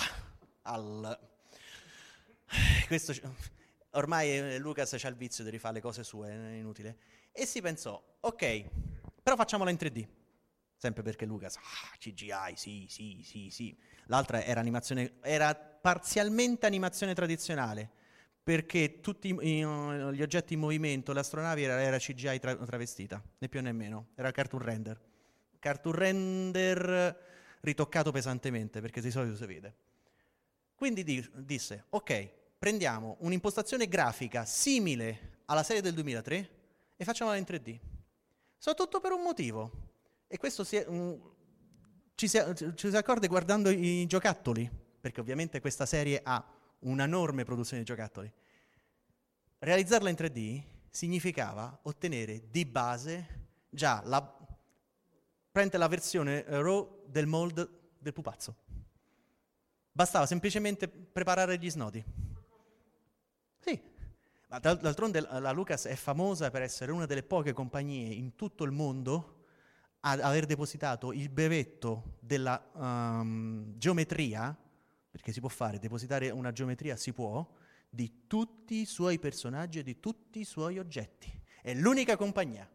ormai Lucas c'ha il vizio di rifare le cose sue, è inutile, e si pensò, ok, però facciamola in 3D. Sempre perché Lucas, CGI, sì. L'altra era parzialmente animazione tradizionale, perché tutti gli oggetti in movimento, le astronavi era CGI travestita, né più né meno, era cartoon render. Cartoon render ritoccato pesantemente, perché di solito si vede. Quindi disse, ok, prendiamo un'impostazione grafica simile alla serie del 2003 e facciamola in 3D. Soprattutto per un motivo. E questo ci si accorge guardando i giocattoli, perché ovviamente questa serie ha un'enorme produzione di giocattoli. Realizzarla in 3D significava ottenere di base già prendere la versione RAW del mold del pupazzo. Bastava semplicemente preparare gli snodi. Sì, ma d'altronde la Lucas è famosa per essere una delle poche compagnie in tutto il mondo ad aver depositato il brevetto della geometria, perché si può fare, depositare una geometria si può, di tutti i suoi personaggi e di tutti i suoi oggetti. È l'unica compagnia.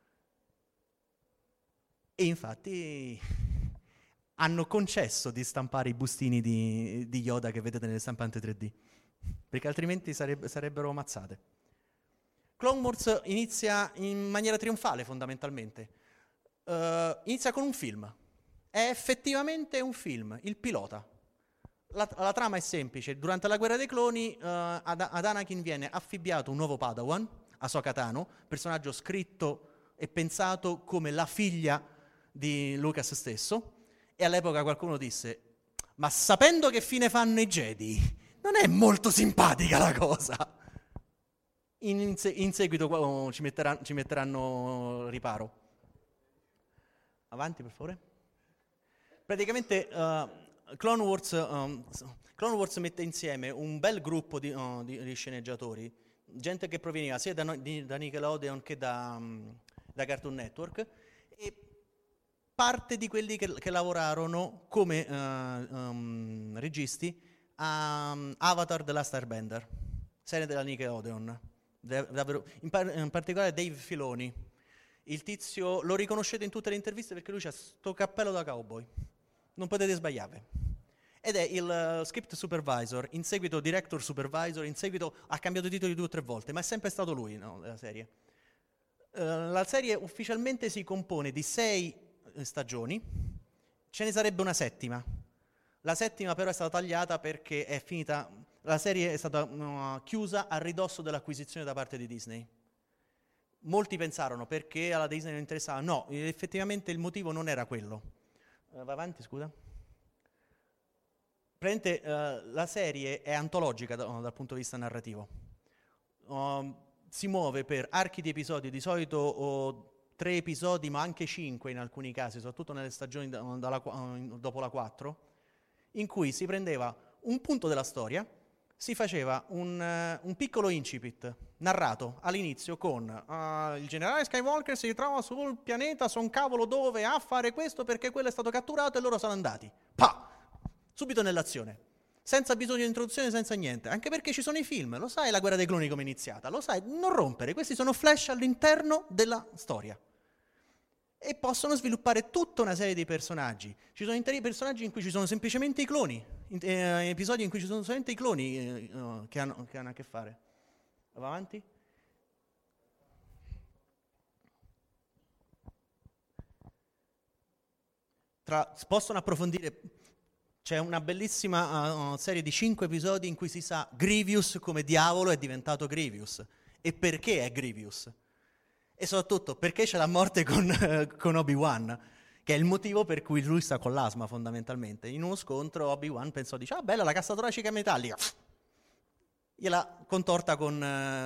E infatti hanno concesso di stampare i bustini di Yoda che vedete nelle stampanti 3D, perché altrimenti sarebbero ammazzate. Clone Wars inizia in maniera trionfale, fondamentalmente. Inizia con un film. È effettivamente un film, il pilota. La trama è semplice. Durante la guerra dei cloni ad Anakin viene affibbiato un nuovo Padawan, Ahsoka Tano, personaggio scritto e pensato come la figlia di Lucas stesso, e all'epoca qualcuno disse, ma sapendo che fine fanno i Jedi, non è molto simpatica la cosa. In seguito ci metteranno riparo. Avanti, per favore. Praticamente Clone Wars mette insieme un bel gruppo di sceneggiatori, gente che proveniva sia da Nickelodeon che da Cartoon Network, e parte di quelli che lavorarono come registi a Avatar The Last Airbender, serie della Nickelodeon. Davvero, in particolare Dave Filoni. Il tizio lo riconoscete in tutte le interviste perché lui c'ha sto cappello da cowboy, non potete sbagliare. Ed è il script supervisor, in seguito director supervisor, in seguito ha cambiato titoli 2 o 3 volte, ma è sempre stato lui, no, della serie. La serie ufficialmente si compone di 6 stagioni, ce ne sarebbe una 7ª. La 7ª però è stata tagliata perché è finita, la serie è stata chiusa a ridosso dell'acquisizione da parte di Disney. Molti pensarono perché alla Disney non interessava, no, effettivamente il motivo non era quello. Va avanti, scusa. La serie è antologica dal punto di vista narrativo. Si muove per archi di episodi, di solito 3 episodi, ma anche 5 in alcuni casi, soprattutto nelle stagioni dopo la 4, in cui si prendeva un punto della storia, si faceva un piccolo incipit narrato all'inizio con il generale Skywalker si ritrova sul pianeta son cavolo dove a fare questo perché quello è stato catturato e loro sono andati. Pa! Subito nell'azione, senza bisogno di introduzione, senza niente, anche perché ci sono i film, lo sai la guerra dei cloni come è iniziata, lo sai, non rompere, questi sono flash all'interno della storia. E possono sviluppare tutta una serie di personaggi. Ci sono interi personaggi in cui ci sono semplicemente i cloni, episodi in cui ci sono solamente i cloni che hanno a che fare. Va avanti? Possono approfondire. C'è una bellissima serie di 5 episodi in cui si sa Grievous come diavolo è diventato Grievous e perché è Grievous. E soprattutto perché c'è la morte con Obi-Wan, che è il motivo per cui lui sta con l'asma fondamentalmente. In uno scontro Obi-Wan pensò, dice, bella la cassa toracica metallica, gliela contorta con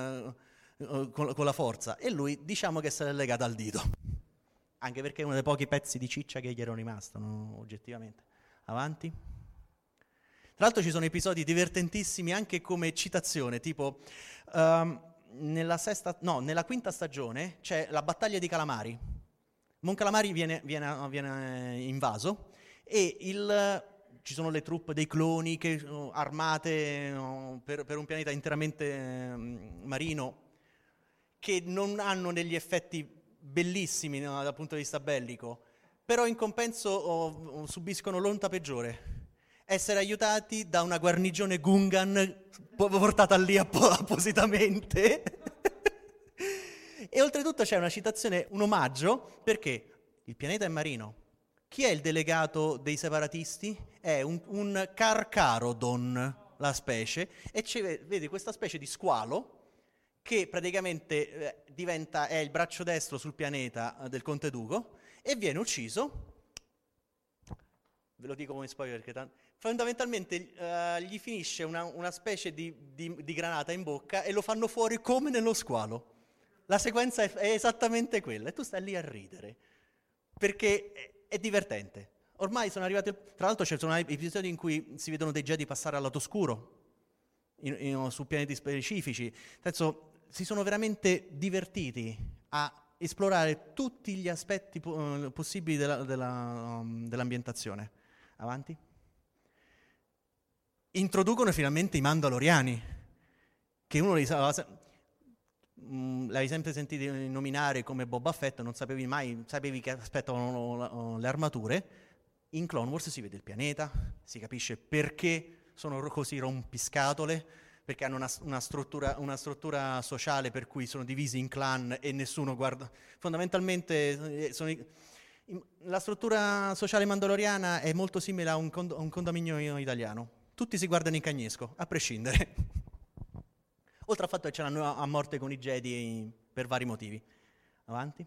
la forza, e lui diciamo che se l'è legata al dito, anche perché è uno dei pochi pezzi di ciccia che gli erano rimasti, no? Oggettivamente. Avanti. Tra l'altro ci sono episodi divertentissimi anche come citazione, tipo nella 5ª stagione c'è la battaglia di Calamari. Mon Calamari viene invaso e ci sono le truppe dei cloni che armate per un pianeta interamente marino, che non hanno degli effetti bellissimi, no, dal punto di vista bellico, però in compenso subiscono l'onta peggiore: essere aiutati da una guarnigione Gungan portata lì appositamente. E oltretutto c'è una citazione, un omaggio, perché il pianeta è marino. Chi è il delegato dei separatisti? È un Carcharodon, la specie, e vedi questa specie di squalo che praticamente è il braccio destro sul pianeta del Conte Dooku e viene ucciso. Ve lo dico come spoiler perché fondamentalmente gli finisce una specie di granata in bocca e lo fanno fuori come nello squalo. La sequenza è esattamente quella e tu stai lì a ridere perché è divertente. Ormai sono arrivati, tra l'altro ci sono episodi in cui si vedono dei Jedi passare al lato oscuro su pianeti specifici. Penso, si sono veramente divertiti a esplorare tutti gli aspetti possibili dell'ambientazione. Avanti. Introducono finalmente i Mandaloriani, che uno l'avevi sempre sentito nominare come Boba Fett, non sapevi che aspettavano le armature. In Clone Wars si vede il pianeta, si capisce perché sono così rompiscatole, perché hanno una struttura sociale per cui sono divisi in clan e nessuno guarda. Fondamentalmente la struttura sociale mandaloriana è molto simile a un condominio italiano. Tutti si guardano in cagnesco, a prescindere. Oltre al fatto che ce l'hanno a morte con i Jedi per vari motivi. Avanti.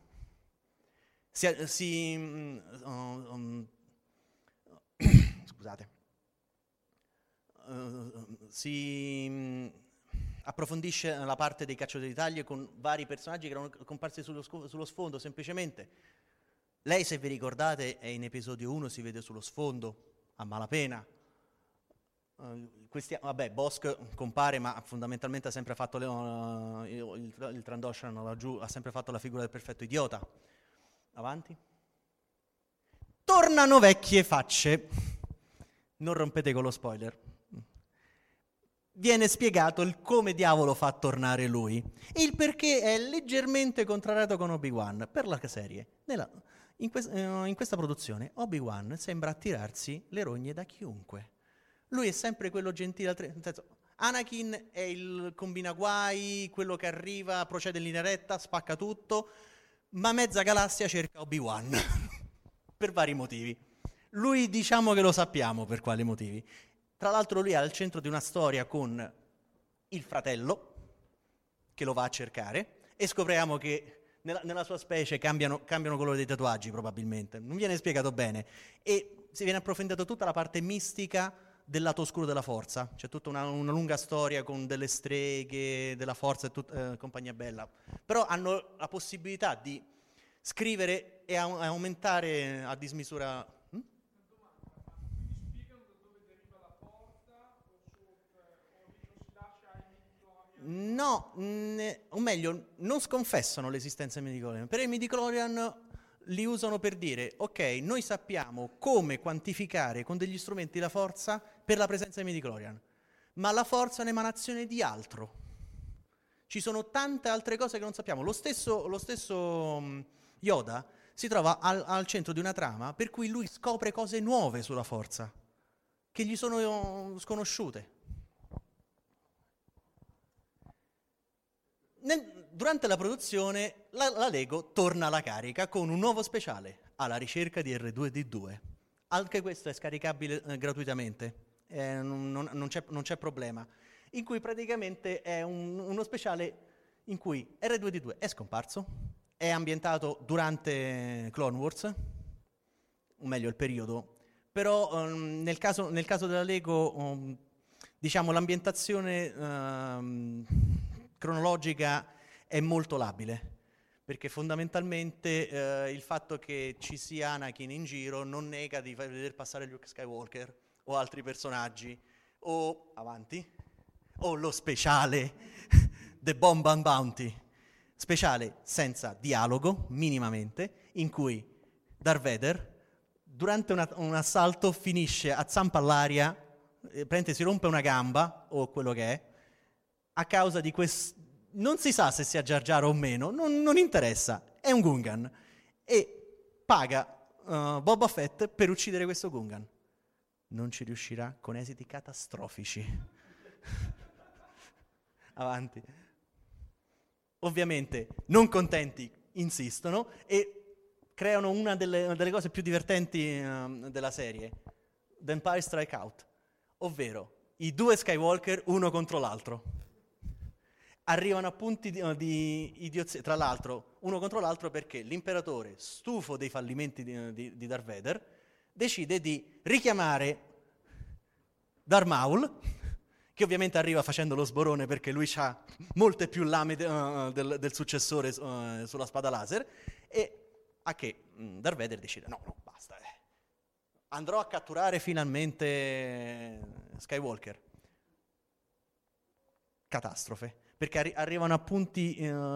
Scusate. Si approfondisce la parte dei cacciatori di taglie con vari personaggi che erano comparsi sullo sfondo, semplicemente. Lei, se vi ricordate, è in episodio 1, si vede sullo sfondo, a malapena. Bosk compare, ma fondamentalmente ha sempre fatto il Trandoshan laggiù, ha sempre fatto la figura del perfetto idiota. Avanti. Tornano vecchie facce. Non rompete con lo spoiler. Viene spiegato il come diavolo fa tornare lui. Il perché è leggermente contrariato con Obi-Wan per la serie. In questa produzione Obi-Wan sembra attirarsi le rogne da chiunque. Lui è sempre quello gentile, nel senso, Anakin è il combinaguai, quello che arriva, procede in linea retta, spacca tutto, ma mezza galassia cerca Obi-Wan, per vari motivi. Lui diciamo che lo sappiamo per quali motivi. Tra l'altro lui è al centro di una storia con il fratello, che lo va a cercare, e scopriamo che nella sua specie cambiano colore dei tatuaggi probabilmente, non viene spiegato bene, e si viene approfondita tutta la parte mistica del lato oscuro della forza. C'è tutta una lunga storia con delle streghe della forza e compagnia bella, però hanno la possibilità di scrivere e aumentare a dismisura. No, o meglio, non sconfessano l'esistenza dei midichlorian. Per i midichlorian li usano per dire, ok, noi sappiamo come quantificare con degli strumenti la forza per la presenza dei midichlorian, ma la forza è un'emanazione di altro. Ci sono tante altre cose che non sappiamo. Lo stesso Yoda si trova al centro di una trama per cui lui scopre cose nuove sulla forza, che gli sono sconosciute. Durante la produzione la Lego torna alla carica con un nuovo speciale, alla ricerca di R2D2. Anche questo è scaricabile gratuitamente, non c'è problema, in cui praticamente è uno speciale in cui R2D2 è scomparso, è ambientato durante Clone Wars, o meglio il periodo, però nel caso della Lego, diciamo l'ambientazione cronologica è molto labile, perché fondamentalmente il fatto che ci sia Anakin in giro non nega di vedere passare Luke Skywalker o altri personaggi, o lo speciale The Bomb and Bounty, speciale senza dialogo minimamente, in cui Darth Vader durante un assalto finisce a zampa all'aria, si rompe una gamba o quello che è, a causa di questo, non si sa se sia Jar Jar o meno, non interessa, è un Gungan, e paga Boba Fett per uccidere questo Gungan. Non ci riuscirà con esiti catastrofici. Avanti. Ovviamente, non contenti, insistono e creano una delle cose più divertenti della serie, The Empire Strike Out, ovvero i due Skywalker uno contro l'altro. Arrivano a punti di idiozia, tra l'altro, uno contro l'altro perché l'imperatore, stufo dei fallimenti di Darth Vader, decide di richiamare Darth Maul, che ovviamente arriva facendo lo sborone perché lui ha molte più lame del successore sulla spada laser, e a che Darth Vader decide, no, basta, andrò a catturare finalmente Skywalker. Catastrofe. Perché arrivano a punti.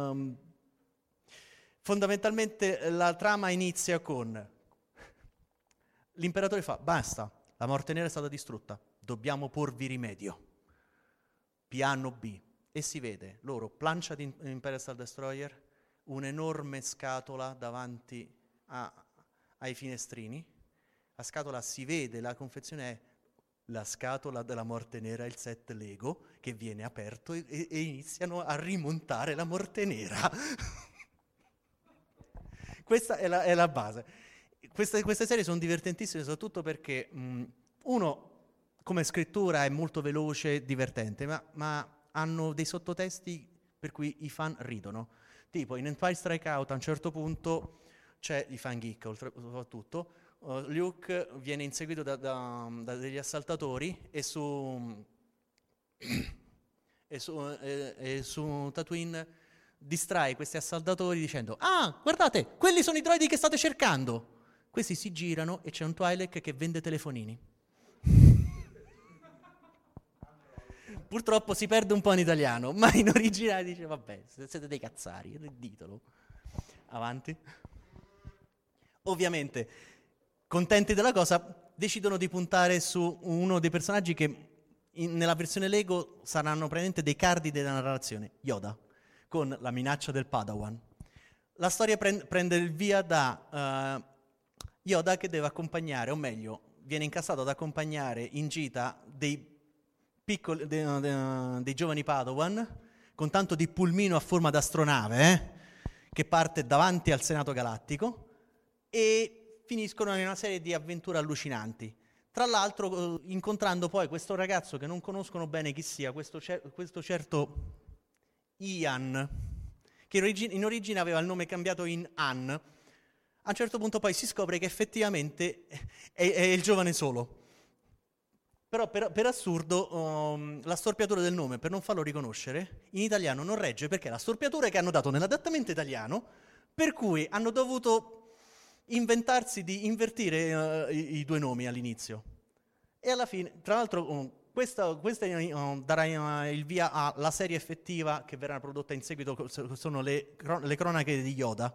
Fondamentalmente la trama inizia con l'imperatore fa: basta, la Morte Nera è stata distrutta, dobbiamo porvi rimedio. Piano B. E si vede loro, plancia di Imperial Star Destroyer, un'enorme scatola davanti ai finestrini. La scatola si vede, la confezione è la scatola della Morte Nera, il set Lego, che viene aperto e iniziano a rimontare la Morte Nera. Questa è la base. Queste serie sono divertentissime, soprattutto perché uno, come scrittura, è molto veloce, divertente, ma hanno dei sottotesti per cui i fan ridono. Tipo, in Empire Strike Out, a un certo punto, c'è i fan geek, soprattutto, Luke viene inseguito da degli assaltatori e su Tatooine distrae questi assaltatori dicendo: ah, guardate, quelli sono i droidi che state cercando. Questi si girano e c'è un Twi'lek che vende telefonini. purtroppo si perde un po' in italiano, ma in originale dice vabbè, siete dei cazzari, ditelo. Avanti. Ovviamente, contenti della cosa, decidono di puntare su uno dei personaggi che nella versione Lego saranno praticamente dei cardi della narrazione, Yoda, con la minaccia del Padawan. La storia prende il via da Yoda che deve accompagnare, o meglio, viene incassato ad accompagnare in gita dei giovani Padawan con tanto di pulmino a forma d'astronave che parte davanti al Senato Galattico e finiscono in una serie di avventure allucinanti. Tra l'altro incontrando poi questo ragazzo che non conoscono bene chi sia, questo certo Ian, che in origine aveva il nome cambiato in Han. A un certo punto poi si scopre che effettivamente è il giovane Solo. Però per assurdo la storpiatura del nome, per non farlo riconoscere, in italiano non regge perché è la storpiatura che hanno dato nell'adattamento italiano, per cui hanno dovuto inventarsi di invertire i due nomi all'inizio. E alla fine, tra l'altro, questa darà il via alla serie effettiva che verrà prodotta in seguito, sono le cronache di Yoda,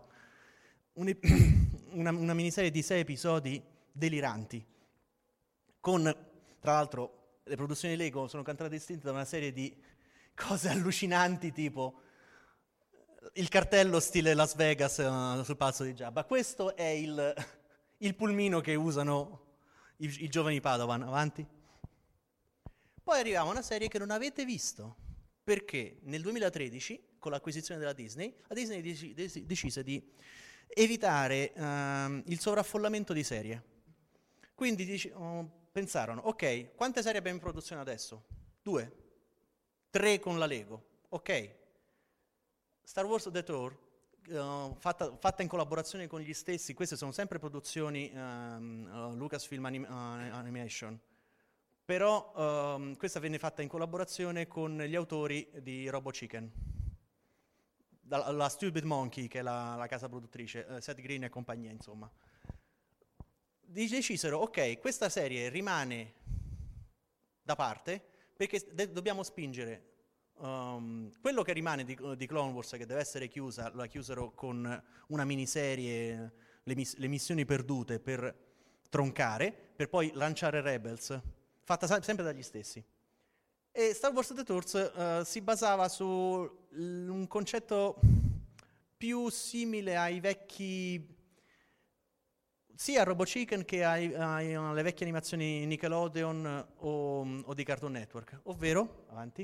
una miniserie di 6 episodi deliranti, con... Tra l'altro le produzioni Lego sono contraddistinte da una serie di cose allucinanti tipo il cartello stile Las Vegas sul palazzo di Jabba. Questo è il pulmino che usano i giovani Padawan. Avanti. Poi arriviamo a una serie che non avete visto, perché nel 2013, con l'acquisizione della Disney, la Disney decise di evitare il sovraffollamento di serie. Quindi pensarono, ok, quante serie abbiamo in produzione adesso? 2, 3 con la Lego, ok. Star Wars The Tour, fatta in collaborazione con gli stessi, queste sono sempre produzioni Lucasfilm Animation, però questa venne fatta in collaborazione con gli autori di Robo Chicken, la Stupid Monkey, che è la casa produttrice, Seth Green e compagnia, insomma. Decisero, ok, questa serie rimane da parte perché dobbiamo spingere quello che rimane di Clone Wars, che deve essere chiusa, la chiusero con una miniserie, le missioni perdute, per troncare, per poi lanciare Rebels, fatta sempre dagli stessi. E Star Wars The Tours si basava su un concetto più simile ai vecchi... sia a Robo Chicken che alle vecchie animazioni Nickelodeon o di Cartoon Network, ovvero, avanti,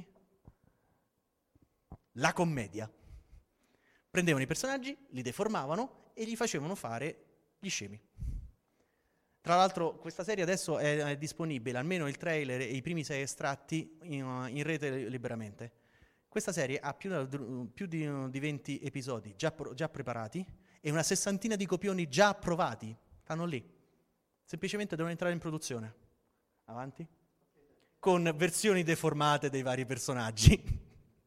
la commedia. Prendevano i personaggi, li deformavano e gli facevano fare gli scemi. Tra l'altro questa serie adesso è disponibile, almeno il trailer e i primi 6 estratti in rete liberamente. Questa serie ha più di 20 episodi già preparati e una 60ina di copioni già approvati. Stanno lì, semplicemente devono entrare in produzione. Avanti. Con versioni deformate dei vari personaggi.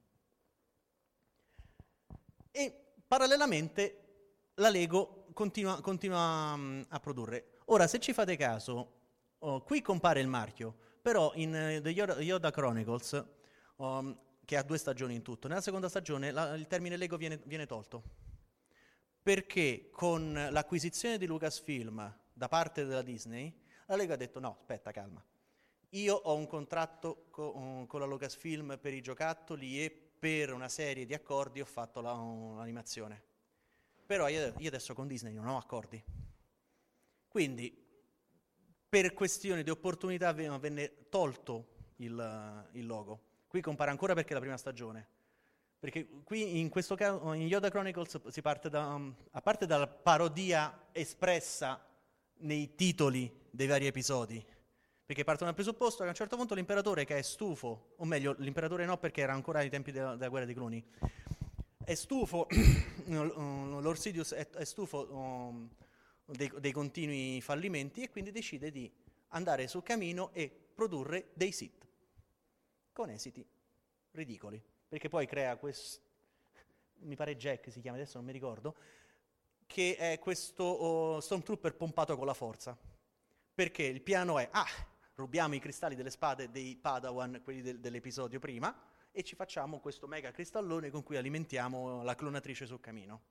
E parallelamente la Lego continua a produrre. Ora, se ci fate caso, qui compare il marchio, però in The Yoda Chronicles, che ha 2 stagioni in tutto, nella seconda stagione il termine Lego viene tolto. Perché con l'acquisizione di Lucasfilm da parte della Disney, la Lego ha detto no, aspetta, calma. Io ho un contratto con la Lucasfilm per i giocattoli e per una serie di accordi ho fatto l'animazione. Però io adesso con Disney non ho accordi. Quindi, per questioni di opportunità, venne tolto il logo. Qui compare ancora perché è la prima stagione. Perché qui in questo caso in Yoda Chronicles si parte a parte dalla parodia espressa nei titoli dei vari episodi, perché partono dal presupposto che a un certo punto l'imperatore, che è stufo, o meglio l'imperatore no perché era ancora ai tempi della guerra dei cloni, è stufo, Lord Sidious è stufo dei continui fallimenti e quindi decide di andare sul cammino e produrre dei Sith con esiti ridicoli. Perché poi crea mi pare Jack si chiama, adesso non mi ricordo, che è questo Stormtrooper pompato con la forza. Perché il piano è, rubiamo i cristalli delle spade dei Padawan, quelli dell'episodio prima, e ci facciamo questo mega cristallone con cui alimentiamo la clonatrice sul camino.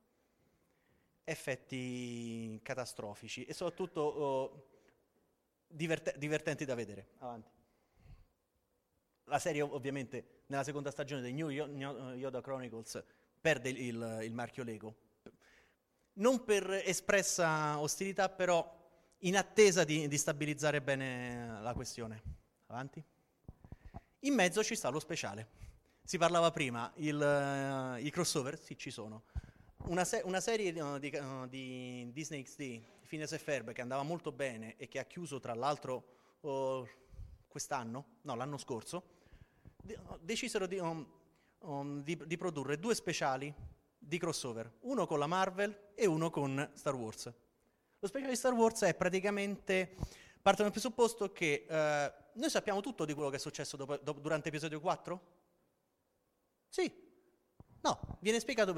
Effetti catastrofici e soprattutto divertenti da vedere. Avanti. La serie ovviamente nella seconda stagione dei New Yoda Chronicles perde il marchio Lego. Non per espressa ostilità, però in attesa di stabilizzare bene la questione. Avanti. In mezzo ci sta lo speciale. Si parlava prima, i crossover, sì, ci sono. Una serie di Disney XD, Phineas e Ferb, che andava molto bene e che ha chiuso tra l'altro l'anno scorso, decisero di produrre 2 speciali di crossover, uno con la Marvel e uno con Star Wars. Lo speciale di Star Wars è praticamente, parte dal presupposto che noi sappiamo tutto di quello che è successo durante episodio 4? Sì. No, viene spiegato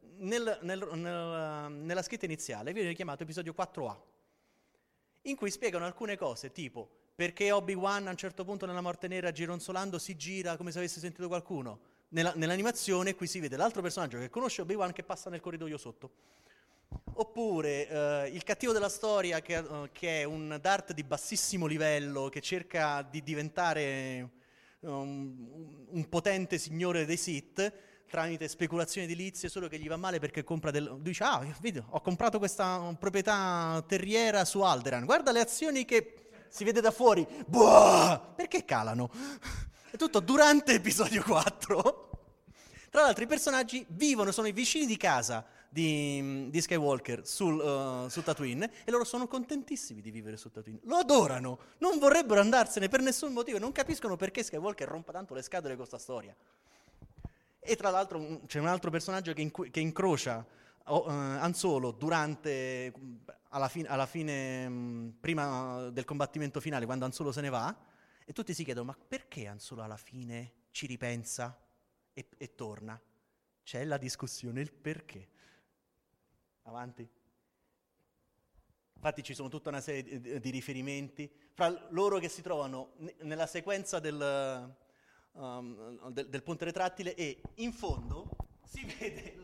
nella scritta iniziale, viene chiamato episodio 4A, in cui spiegano alcune cose, tipo perché Obi-Wan a un certo punto nella Morte Nera gironzolando si gira come se avesse sentito qualcuno. Nell'animazione qui si vede l'altro personaggio che conosce Obi-Wan che passa nel corridoio sotto. Oppure il cattivo della storia che è un Darth di bassissimo livello che cerca di diventare un potente signore dei Sith tramite speculazioni edilizie, solo che gli va male perché compra dice, vedi, ho comprato questa proprietà terriera su Alderaan, guarda le azioni che si vede da fuori, perché calano? È tutto durante episodio 4. Tra l'altro i personaggi sono i vicini di casa di Skywalker su Tatooine, e loro sono contentissimi di vivere su Tatooine, lo adorano, non vorrebbero andarsene per nessun motivo, non capiscono perché Skywalker rompa tanto le scatole con questa storia. E tra l'altro c'è un altro personaggio che incrocia Han Solo alla fine, prima del combattimento finale, quando Han Solo se ne va, e tutti si chiedono, ma perché Han Solo alla fine ci ripensa e torna? C'è la discussione, il perché. Avanti. Infatti ci sono tutta una serie di riferimenti fra loro che si trovano nella sequenza del ponte retrattile, e in fondo si vede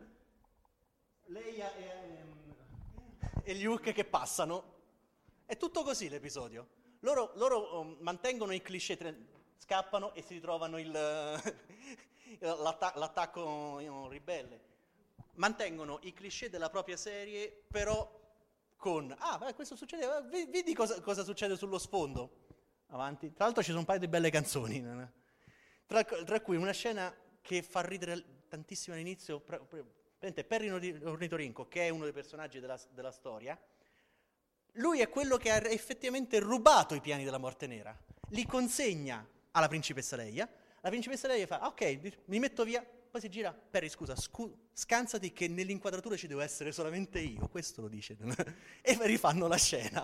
Leia e Luke che passano. È tutto così l'episodio. Loro mantengono i cliché, scappano e si ritrovano l'attacco ribelle. Mantengono i cliché della propria serie, però con questo succede, vedi cosa succede sullo sfondo. Avanti. Tra l'altro ci sono un paio di belle canzoni, tra cui una scena che fa ridere tantissimo all'inizio. Perry Ornitorinco, che è uno dei personaggi della storia, lui è quello che ha effettivamente rubato i piani della Morte Nera, li consegna alla principessa Leia. La principessa Leia fa, ok, mi metto via. Poi si gira, Perry, scusa, scansati che nell'inquadratura ci devo essere solamente io, questo lo dice, e rifanno la scena.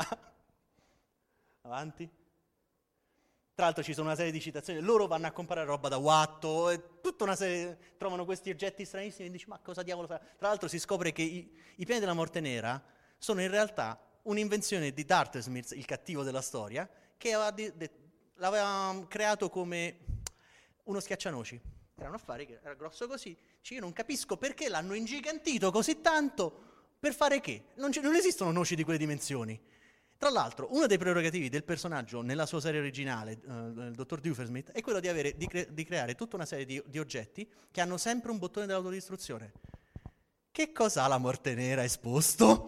Avanti. Tra l'altro ci sono una serie di citazioni, loro vanno a comprare roba da Watto, e tutta una serie, trovano questi oggetti stranissimi e dici, ma cosa diavolo fa? Tra l'altro si scopre che i piani della Morte Nera sono in realtà un'invenzione di Darth Smith, il cattivo della storia, che l'aveva creato come uno schiaccianoci. Era un affare che era grosso così. Io non capisco perché l'hanno ingigantito così tanto. Per fare che? Non esistono noci di quelle dimensioni. Tra l'altro, uno dei prerogativi del personaggio nella sua serie originale, il dottor Doofenshmirtz, è quello di creare tutta una serie di oggetti che hanno sempre un bottone dell'autodistruzione. Che cosa ha la Morte Nera esposto?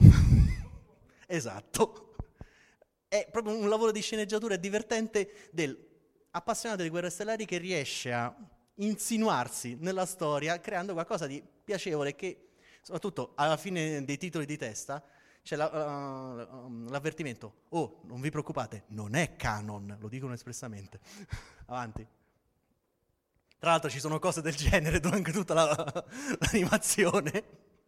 Esatto. È proprio un lavoro di sceneggiatura divertente del appassionato di Guerre Stellari che riesce a insinuarsi nella storia creando qualcosa di piacevole, che soprattutto alla fine dei titoli di testa c'è l'avvertimento, non vi preoccupate, non è canon, lo dicono espressamente. Avanti. Tra l'altro ci sono cose del genere durante tutta l'animazione.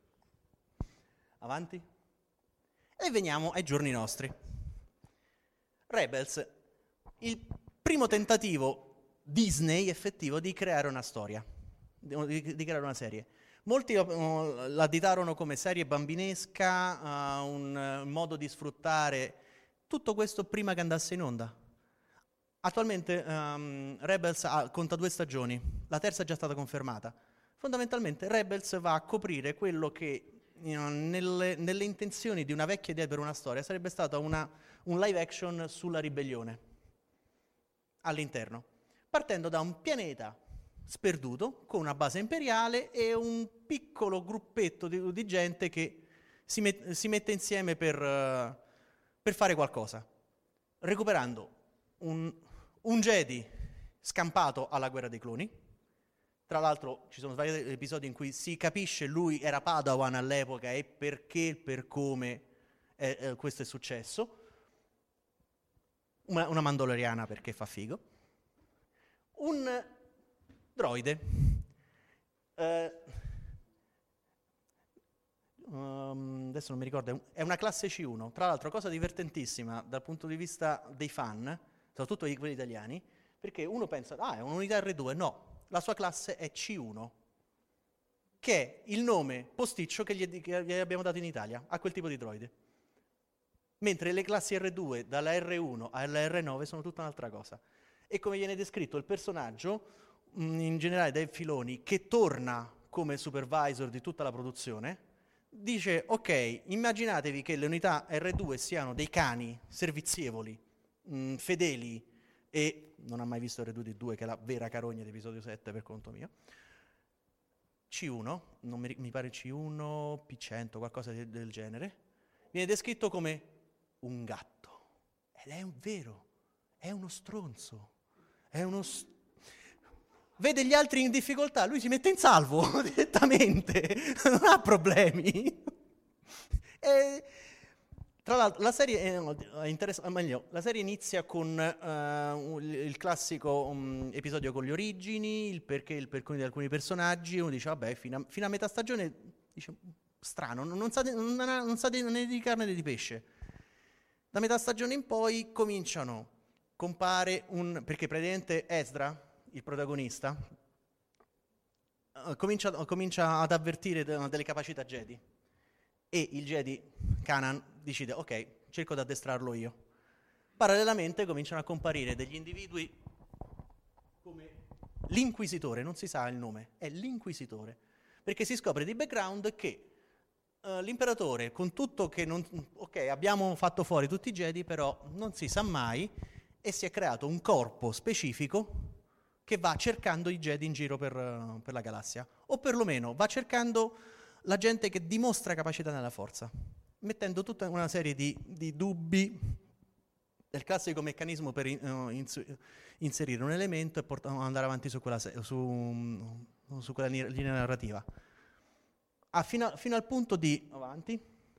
Avanti. E veniamo ai giorni nostri. Rebels, il primo tentativo Disney effettivo di creare una storia, di creare una serie. Molti l'additarono come serie bambinesca, un modo di sfruttare tutto questo prima che andasse in onda. Attualmente Rebels conta 2 stagioni, la terza è già stata confermata. Fondamentalmente Rebels va a coprire quello che nelle intenzioni di una vecchia idea per una storia sarebbe stata un live action sulla ribellione all'interno, partendo da un pianeta sperduto con una base imperiale e un piccolo gruppetto di gente che si mette insieme per fare qualcosa, recuperando un Jedi scampato alla guerra dei cloni. Tra l'altro ci sono vari episodi in cui si capisce lui era Padawan all'epoca e perché, per come questo è successo. Una mandaloriana perché fa figo. Un droide. Adesso non mi ricordo, è una classe C1. Tra l'altro, cosa divertentissima dal punto di vista dei fan, soprattutto quelli italiani, perché uno pensa, è un'unità R2, no, la sua classe è C1, che è il nome posticcio che gli abbiamo dato in Italia a quel tipo di droide. Mentre le classi R2, dalla R1 alla R9, sono tutta un'altra cosa. E come viene descritto il personaggio, in generale Dave Filoni, che torna come supervisor di tutta la produzione, dice, ok, immaginatevi che le unità R2 siano dei cani servizievoli, fedeli, e non ha mai visto R2D2, che è la vera carogna di episodio 7 per conto mio. C1, non mi pare C1, P100, qualcosa del genere, viene descritto come un gatto. Ed è vero, è uno stronzo, vede gli altri in difficoltà, lui si mette in salvo direttamente, non ha problemi. Tra l'altro la serie è interessante, la serie inizia con il classico episodio con le origini, il perché e il per cui di alcuni personaggi. Uno dice, vabbè, fino a metà stagione, dice, strano, non sa né di carne né di pesce. Da metà stagione in poi compare perché praticamente Ezra, il protagonista, comincia ad avvertire delle capacità Jedi, e il Jedi Kanan decide, ok, cerco di addestrarlo io. Parallelamente cominciano a comparire degli individui come l'Inquisitore, non si sa il nome, è l'Inquisitore, perché si scopre di background che l'imperatore, con tutto che abbiamo fatto fuori tutti i Jedi, però non si sa mai, e si è creato un corpo specifico che va cercando i Jedi in giro per la galassia, o perlomeno va cercando la gente che dimostra capacità nella forza, mettendo tutta una serie di dubbi del classico meccanismo per inserire un elemento e andare avanti su quella linea narrativa. Fino al punto di... Avanti.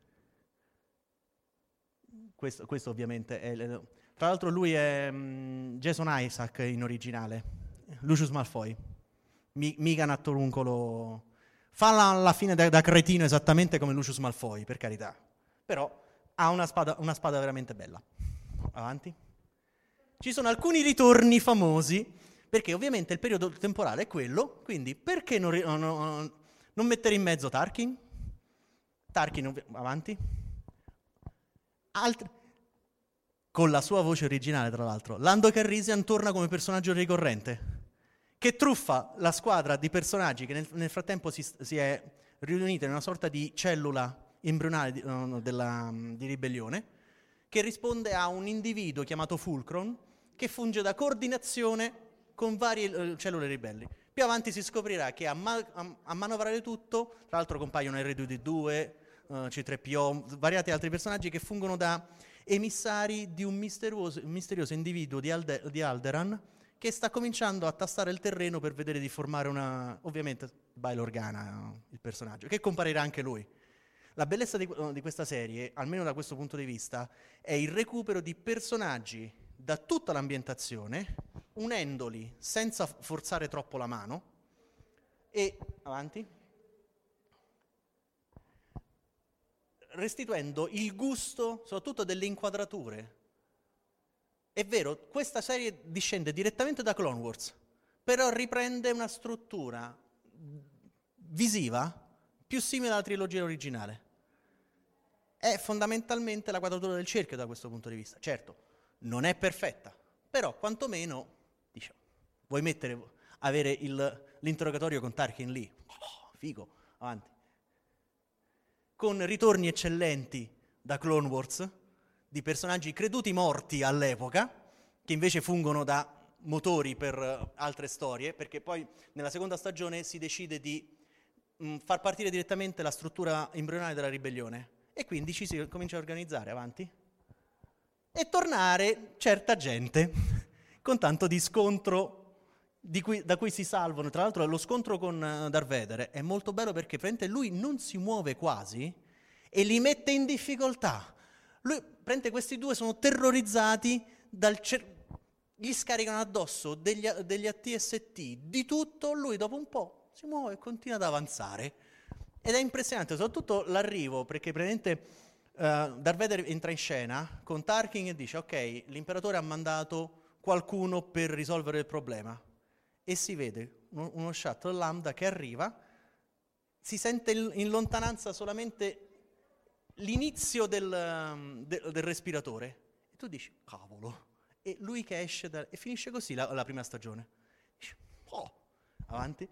Questo ovviamente è... Tra l'altro lui è Jason Isaac in originale, Lucius Malfoy, mica un attoruncolo... Fa alla fine da cretino esattamente come Lucius Malfoy, per carità, però ha una spada veramente bella. Avanti. Ci sono alcuni ritorni famosi, perché ovviamente il periodo temporale è quello, quindi perché non mettere in mezzo Tarkin? Avanti. Con la sua voce originale, tra l'altro. Lando Calrissian torna come personaggio ricorrente, che truffa la squadra di personaggi che nel frattempo si è riunita in una sorta di cellula embrionale di ribellione, che risponde a un individuo chiamato Fulcron, che funge da coordinazione con varie cellule ribelli. Più avanti si scoprirà che a manovrare tutto, tra l'altro compaiono R2D2, C3PO, variati altri personaggi che fungono da emissari di un misterioso individuo di Alderaan, che sta cominciando a tastare il terreno per vedere di formare ovviamente Bail Organa, il personaggio, che comparirà anche lui. La bellezza di questa serie, almeno da questo punto di vista, è il recupero di personaggi da tutta l'ambientazione, unendoli senza forzare troppo la mano, e avanti, restituendo il gusto soprattutto delle inquadrature. È vero, questa serie discende direttamente da Clone Wars, però riprende una struttura visiva più simile alla trilogia originale. È fondamentalmente la quadratura del cerchio da questo punto di vista. Certo, non è perfetta, Però quantomeno, diciamo, vuoi avere l'interrogatorio con Tarkin lì? Figo, avanti. Con ritorni eccellenti da Clone Wars, di personaggi creduti morti all'epoca, che invece fungono da motori per altre storie, perché poi nella seconda stagione si decide di far partire direttamente la struttura embrionale della ribellione, e quindi ci si comincia a organizzare, avanti, e tornare certa gente con tanto di scontro da cui si salvano. Tra l'altro lo scontro con Darth Vader è molto bello perché lui non si muove quasi e li mette in difficoltà. Questi due sono terrorizzati gli scaricano addosso degli ATST, di tutto, lui dopo un po' si muove e continua ad avanzare. Ed è impressionante, soprattutto l'arrivo, perché praticamente Darth Vader entra in scena con Tarkin e dice: ok, l'imperatore ha mandato qualcuno per risolvere il problema. E si vede uno shuttle Lambda che arriva, si sente in lontananza solamente l'inizio del respiratore. E tu dici: cavolo. E lui che esce e finisce così la prima stagione. Dici: avanti.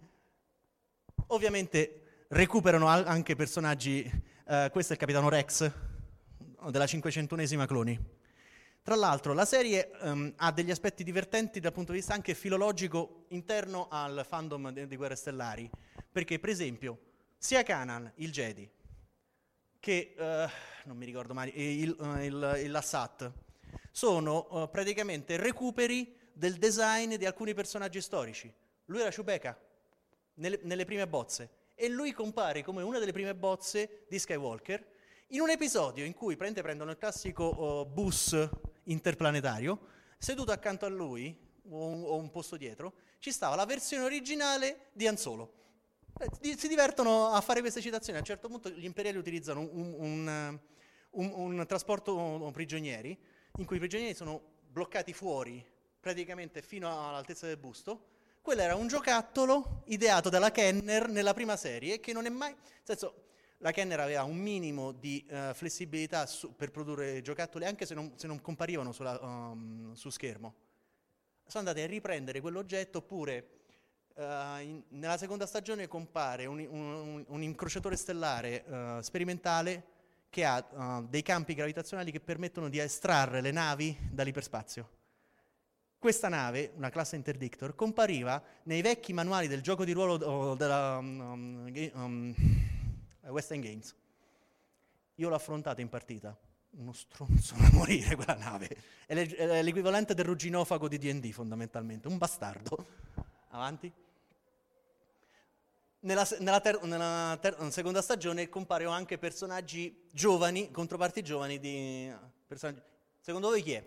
Ovviamente recuperano anche personaggi, questo è il capitano Rex della 501esima Cloni. Tra l'altro la serie ha degli aspetti divertenti dal punto di vista anche filologico interno al fandom di Guerre Stellari, perché per esempio sia Kanan, il Jedi, che non mi ricordo mai, l'Assat, sono praticamente recuperi del design di alcuni personaggi storici. Lui era Chewbacca nelle prime bozze, e lui compare come una delle prime bozze di Skywalker in un episodio in cui prendono il classico bus interplanetario, seduto accanto a lui o un posto dietro ci stava la versione originale di Han Solo. Si divertono a fare queste citazioni. A un certo punto gli imperiali utilizzano un trasporto prigionieri, in cui i prigionieri sono bloccati fuori praticamente fino all'altezza del busto. Quello era un giocattolo ideato dalla Kenner nella prima serie, che non è mai... Nel senso, la Kenner aveva un minimo di flessibilità per produrre giocattoli, anche se non comparivano su schermo. Sono andati a riprendere quell'oggetto, oppure nella seconda stagione compare un incrociatore stellare sperimentale che ha dei campi gravitazionali che permettono di estrarre le navi dall'iperspazio. Questa nave, una classe Interdictor, compariva nei vecchi manuali del gioco di ruolo della West End Games. Io l'ho affrontata in partita, uno stronzo da morire quella nave, è l'equivalente del rugginofago di D&D fondamentalmente, un bastardo. Avanti. Nella seconda stagione compaiono anche personaggi giovani, controparti giovani di personaggi. Secondo voi chi è?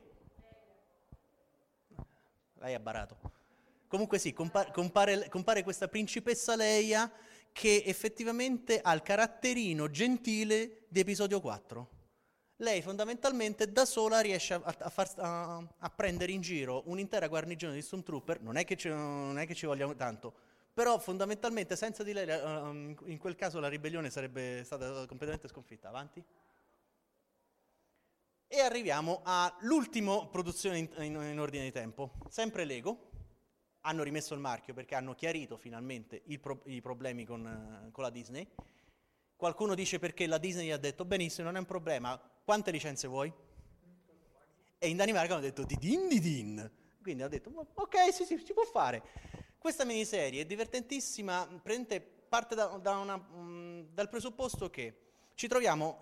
Lei è barato. Comunque sì, compare questa principessa Leia, che effettivamente ha il caratterino gentile di episodio 4. Lei fondamentalmente da sola riesce a prendere in giro un'intera guarnigione di Stormtrooper. Non è che ci vogliamo tanto, però fondamentalmente senza di lei in quel caso la ribellione sarebbe stata completamente sconfitta. Avanti. E arriviamo all'ultima produzione in ordine di tempo, sempre Lego. Hanno rimesso il marchio perché hanno chiarito finalmente i problemi con la Disney. Qualcuno dice perché la Disney ha detto: benissimo, non è un problema, quante licenze vuoi? E in Danimarca hanno detto didin. Quindi ha detto: ok, sì, si può fare. Questa miniserie è divertentissima, parte dal presupposto che ci troviamo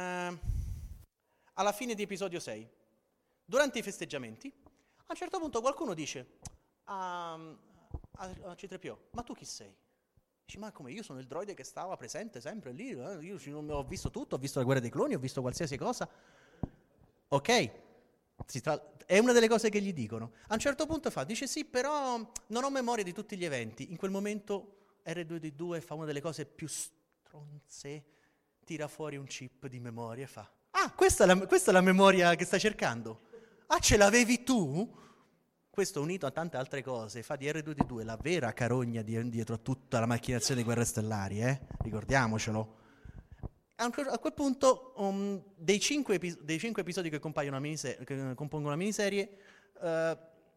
alla fine di episodio 6. Durante i festeggiamenti, a un certo punto qualcuno dice a C3PO: ma tu chi sei? Dici: ma come, io sono il droide che stava presente sempre lì, io ho visto tutto, ho visto la guerra dei cloni, ho visto qualsiasi cosa. Ok, è una delle cose che gli dicono. A un certo punto dice: sì, però non ho memoria di tutti gli eventi. In quel momento R2D2 fa una delle cose più stronze, tira fuori un chip di memoria e fa: ah, questa è la memoria che stai cercando? Ah, ce l'avevi tu? Questo unito a tante altre cose fa di R2D2 la vera carogna dietro a tutta la macchinazione di Guerre Stellari, ricordiamocelo. A quel punto dei 5 episodi che compongono la miniserie,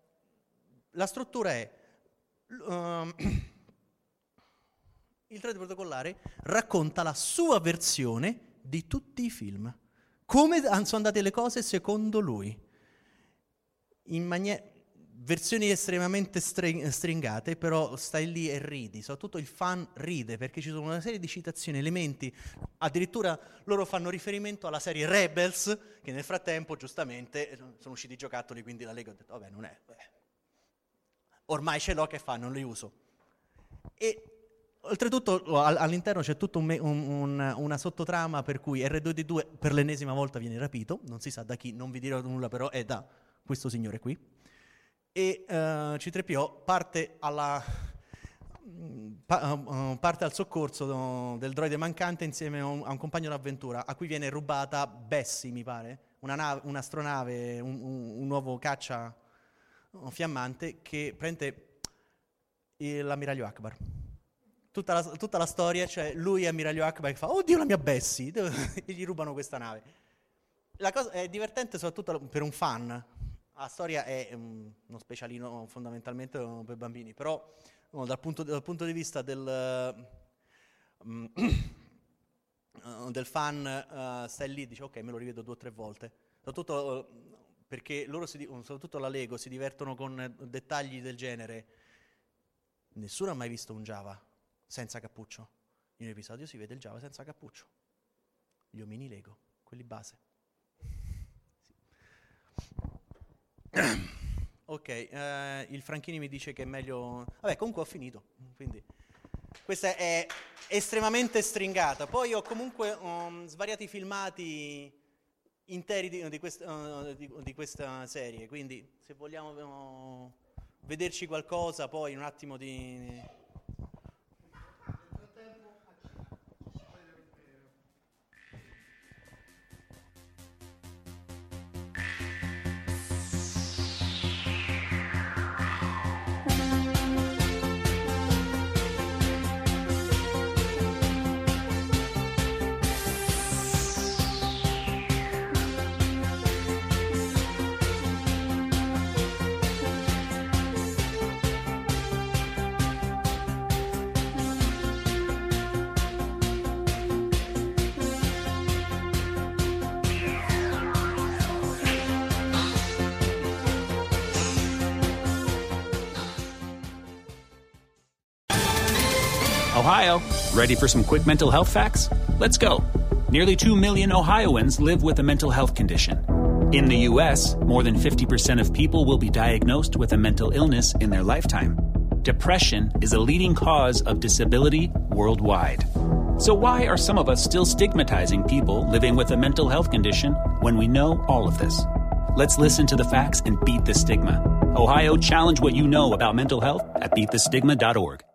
la struttura è il trade protocollare racconta la sua versione di tutti i film, come sono andate le cose secondo lui, in versioni estremamente stringate, però stai lì e ridi, soprattutto il fan ride perché ci sono una serie di citazioni, elementi, addirittura loro fanno riferimento alla serie Rebels, che nel frattempo giustamente sono usciti i giocattoli, quindi la Lego ha detto vabbè, non è, ormai ce l'ho, che fa, non li uso. E oltretutto all'interno c'è tutta una sottotrama per cui R2D2 per l'ennesima volta viene rapito, non si sa da chi, non vi dirò nulla, però è da questo signore qui, e C3PO parte al soccorso del droide mancante insieme a un compagno d'avventura a cui viene rubata Bessie, mi pare, un'astronave, un nuovo caccia fiammante che prende l'ammiraglio Akbar. Tutta la storia, cioè lui e ammiraglio Akbar che fa oddio la mia Bessie, e gli rubano questa nave. La cosa è divertente soprattutto per un fan. La storia è uno specialino fondamentalmente per bambini, però dal punto di vista del fan stai lì e dice ok, me lo rivedo 2 o 3 volte, soprattutto perché loro soprattutto la Lego si divertono con dettagli del genere. Nessuno ha mai visto un Java senza cappuccio. In un episodio si vede il Java senza cappuccio, gli omini Lego, quelli base. Ok, il Franchini mi dice che è meglio. Vabbè, comunque ho finito. Quindi questa è estremamente stringata. Poi ho comunque svariati filmati interi di questa serie. Quindi se vogliamo vederci qualcosa, poi in un attimo di. Ohio, ready for some quick mental health facts? Let's go. Nearly 2 million Ohioans live with a mental health condition. In the U.S., more than 50% of people will be diagnosed with a mental illness in their lifetime. Depression is a leading cause of disability worldwide. So why are some of us still stigmatizing people living with a mental health condition when we know all of this? Let's listen to the facts and beat the stigma. Ohio, challenge what you know about mental health at beatthestigma.org.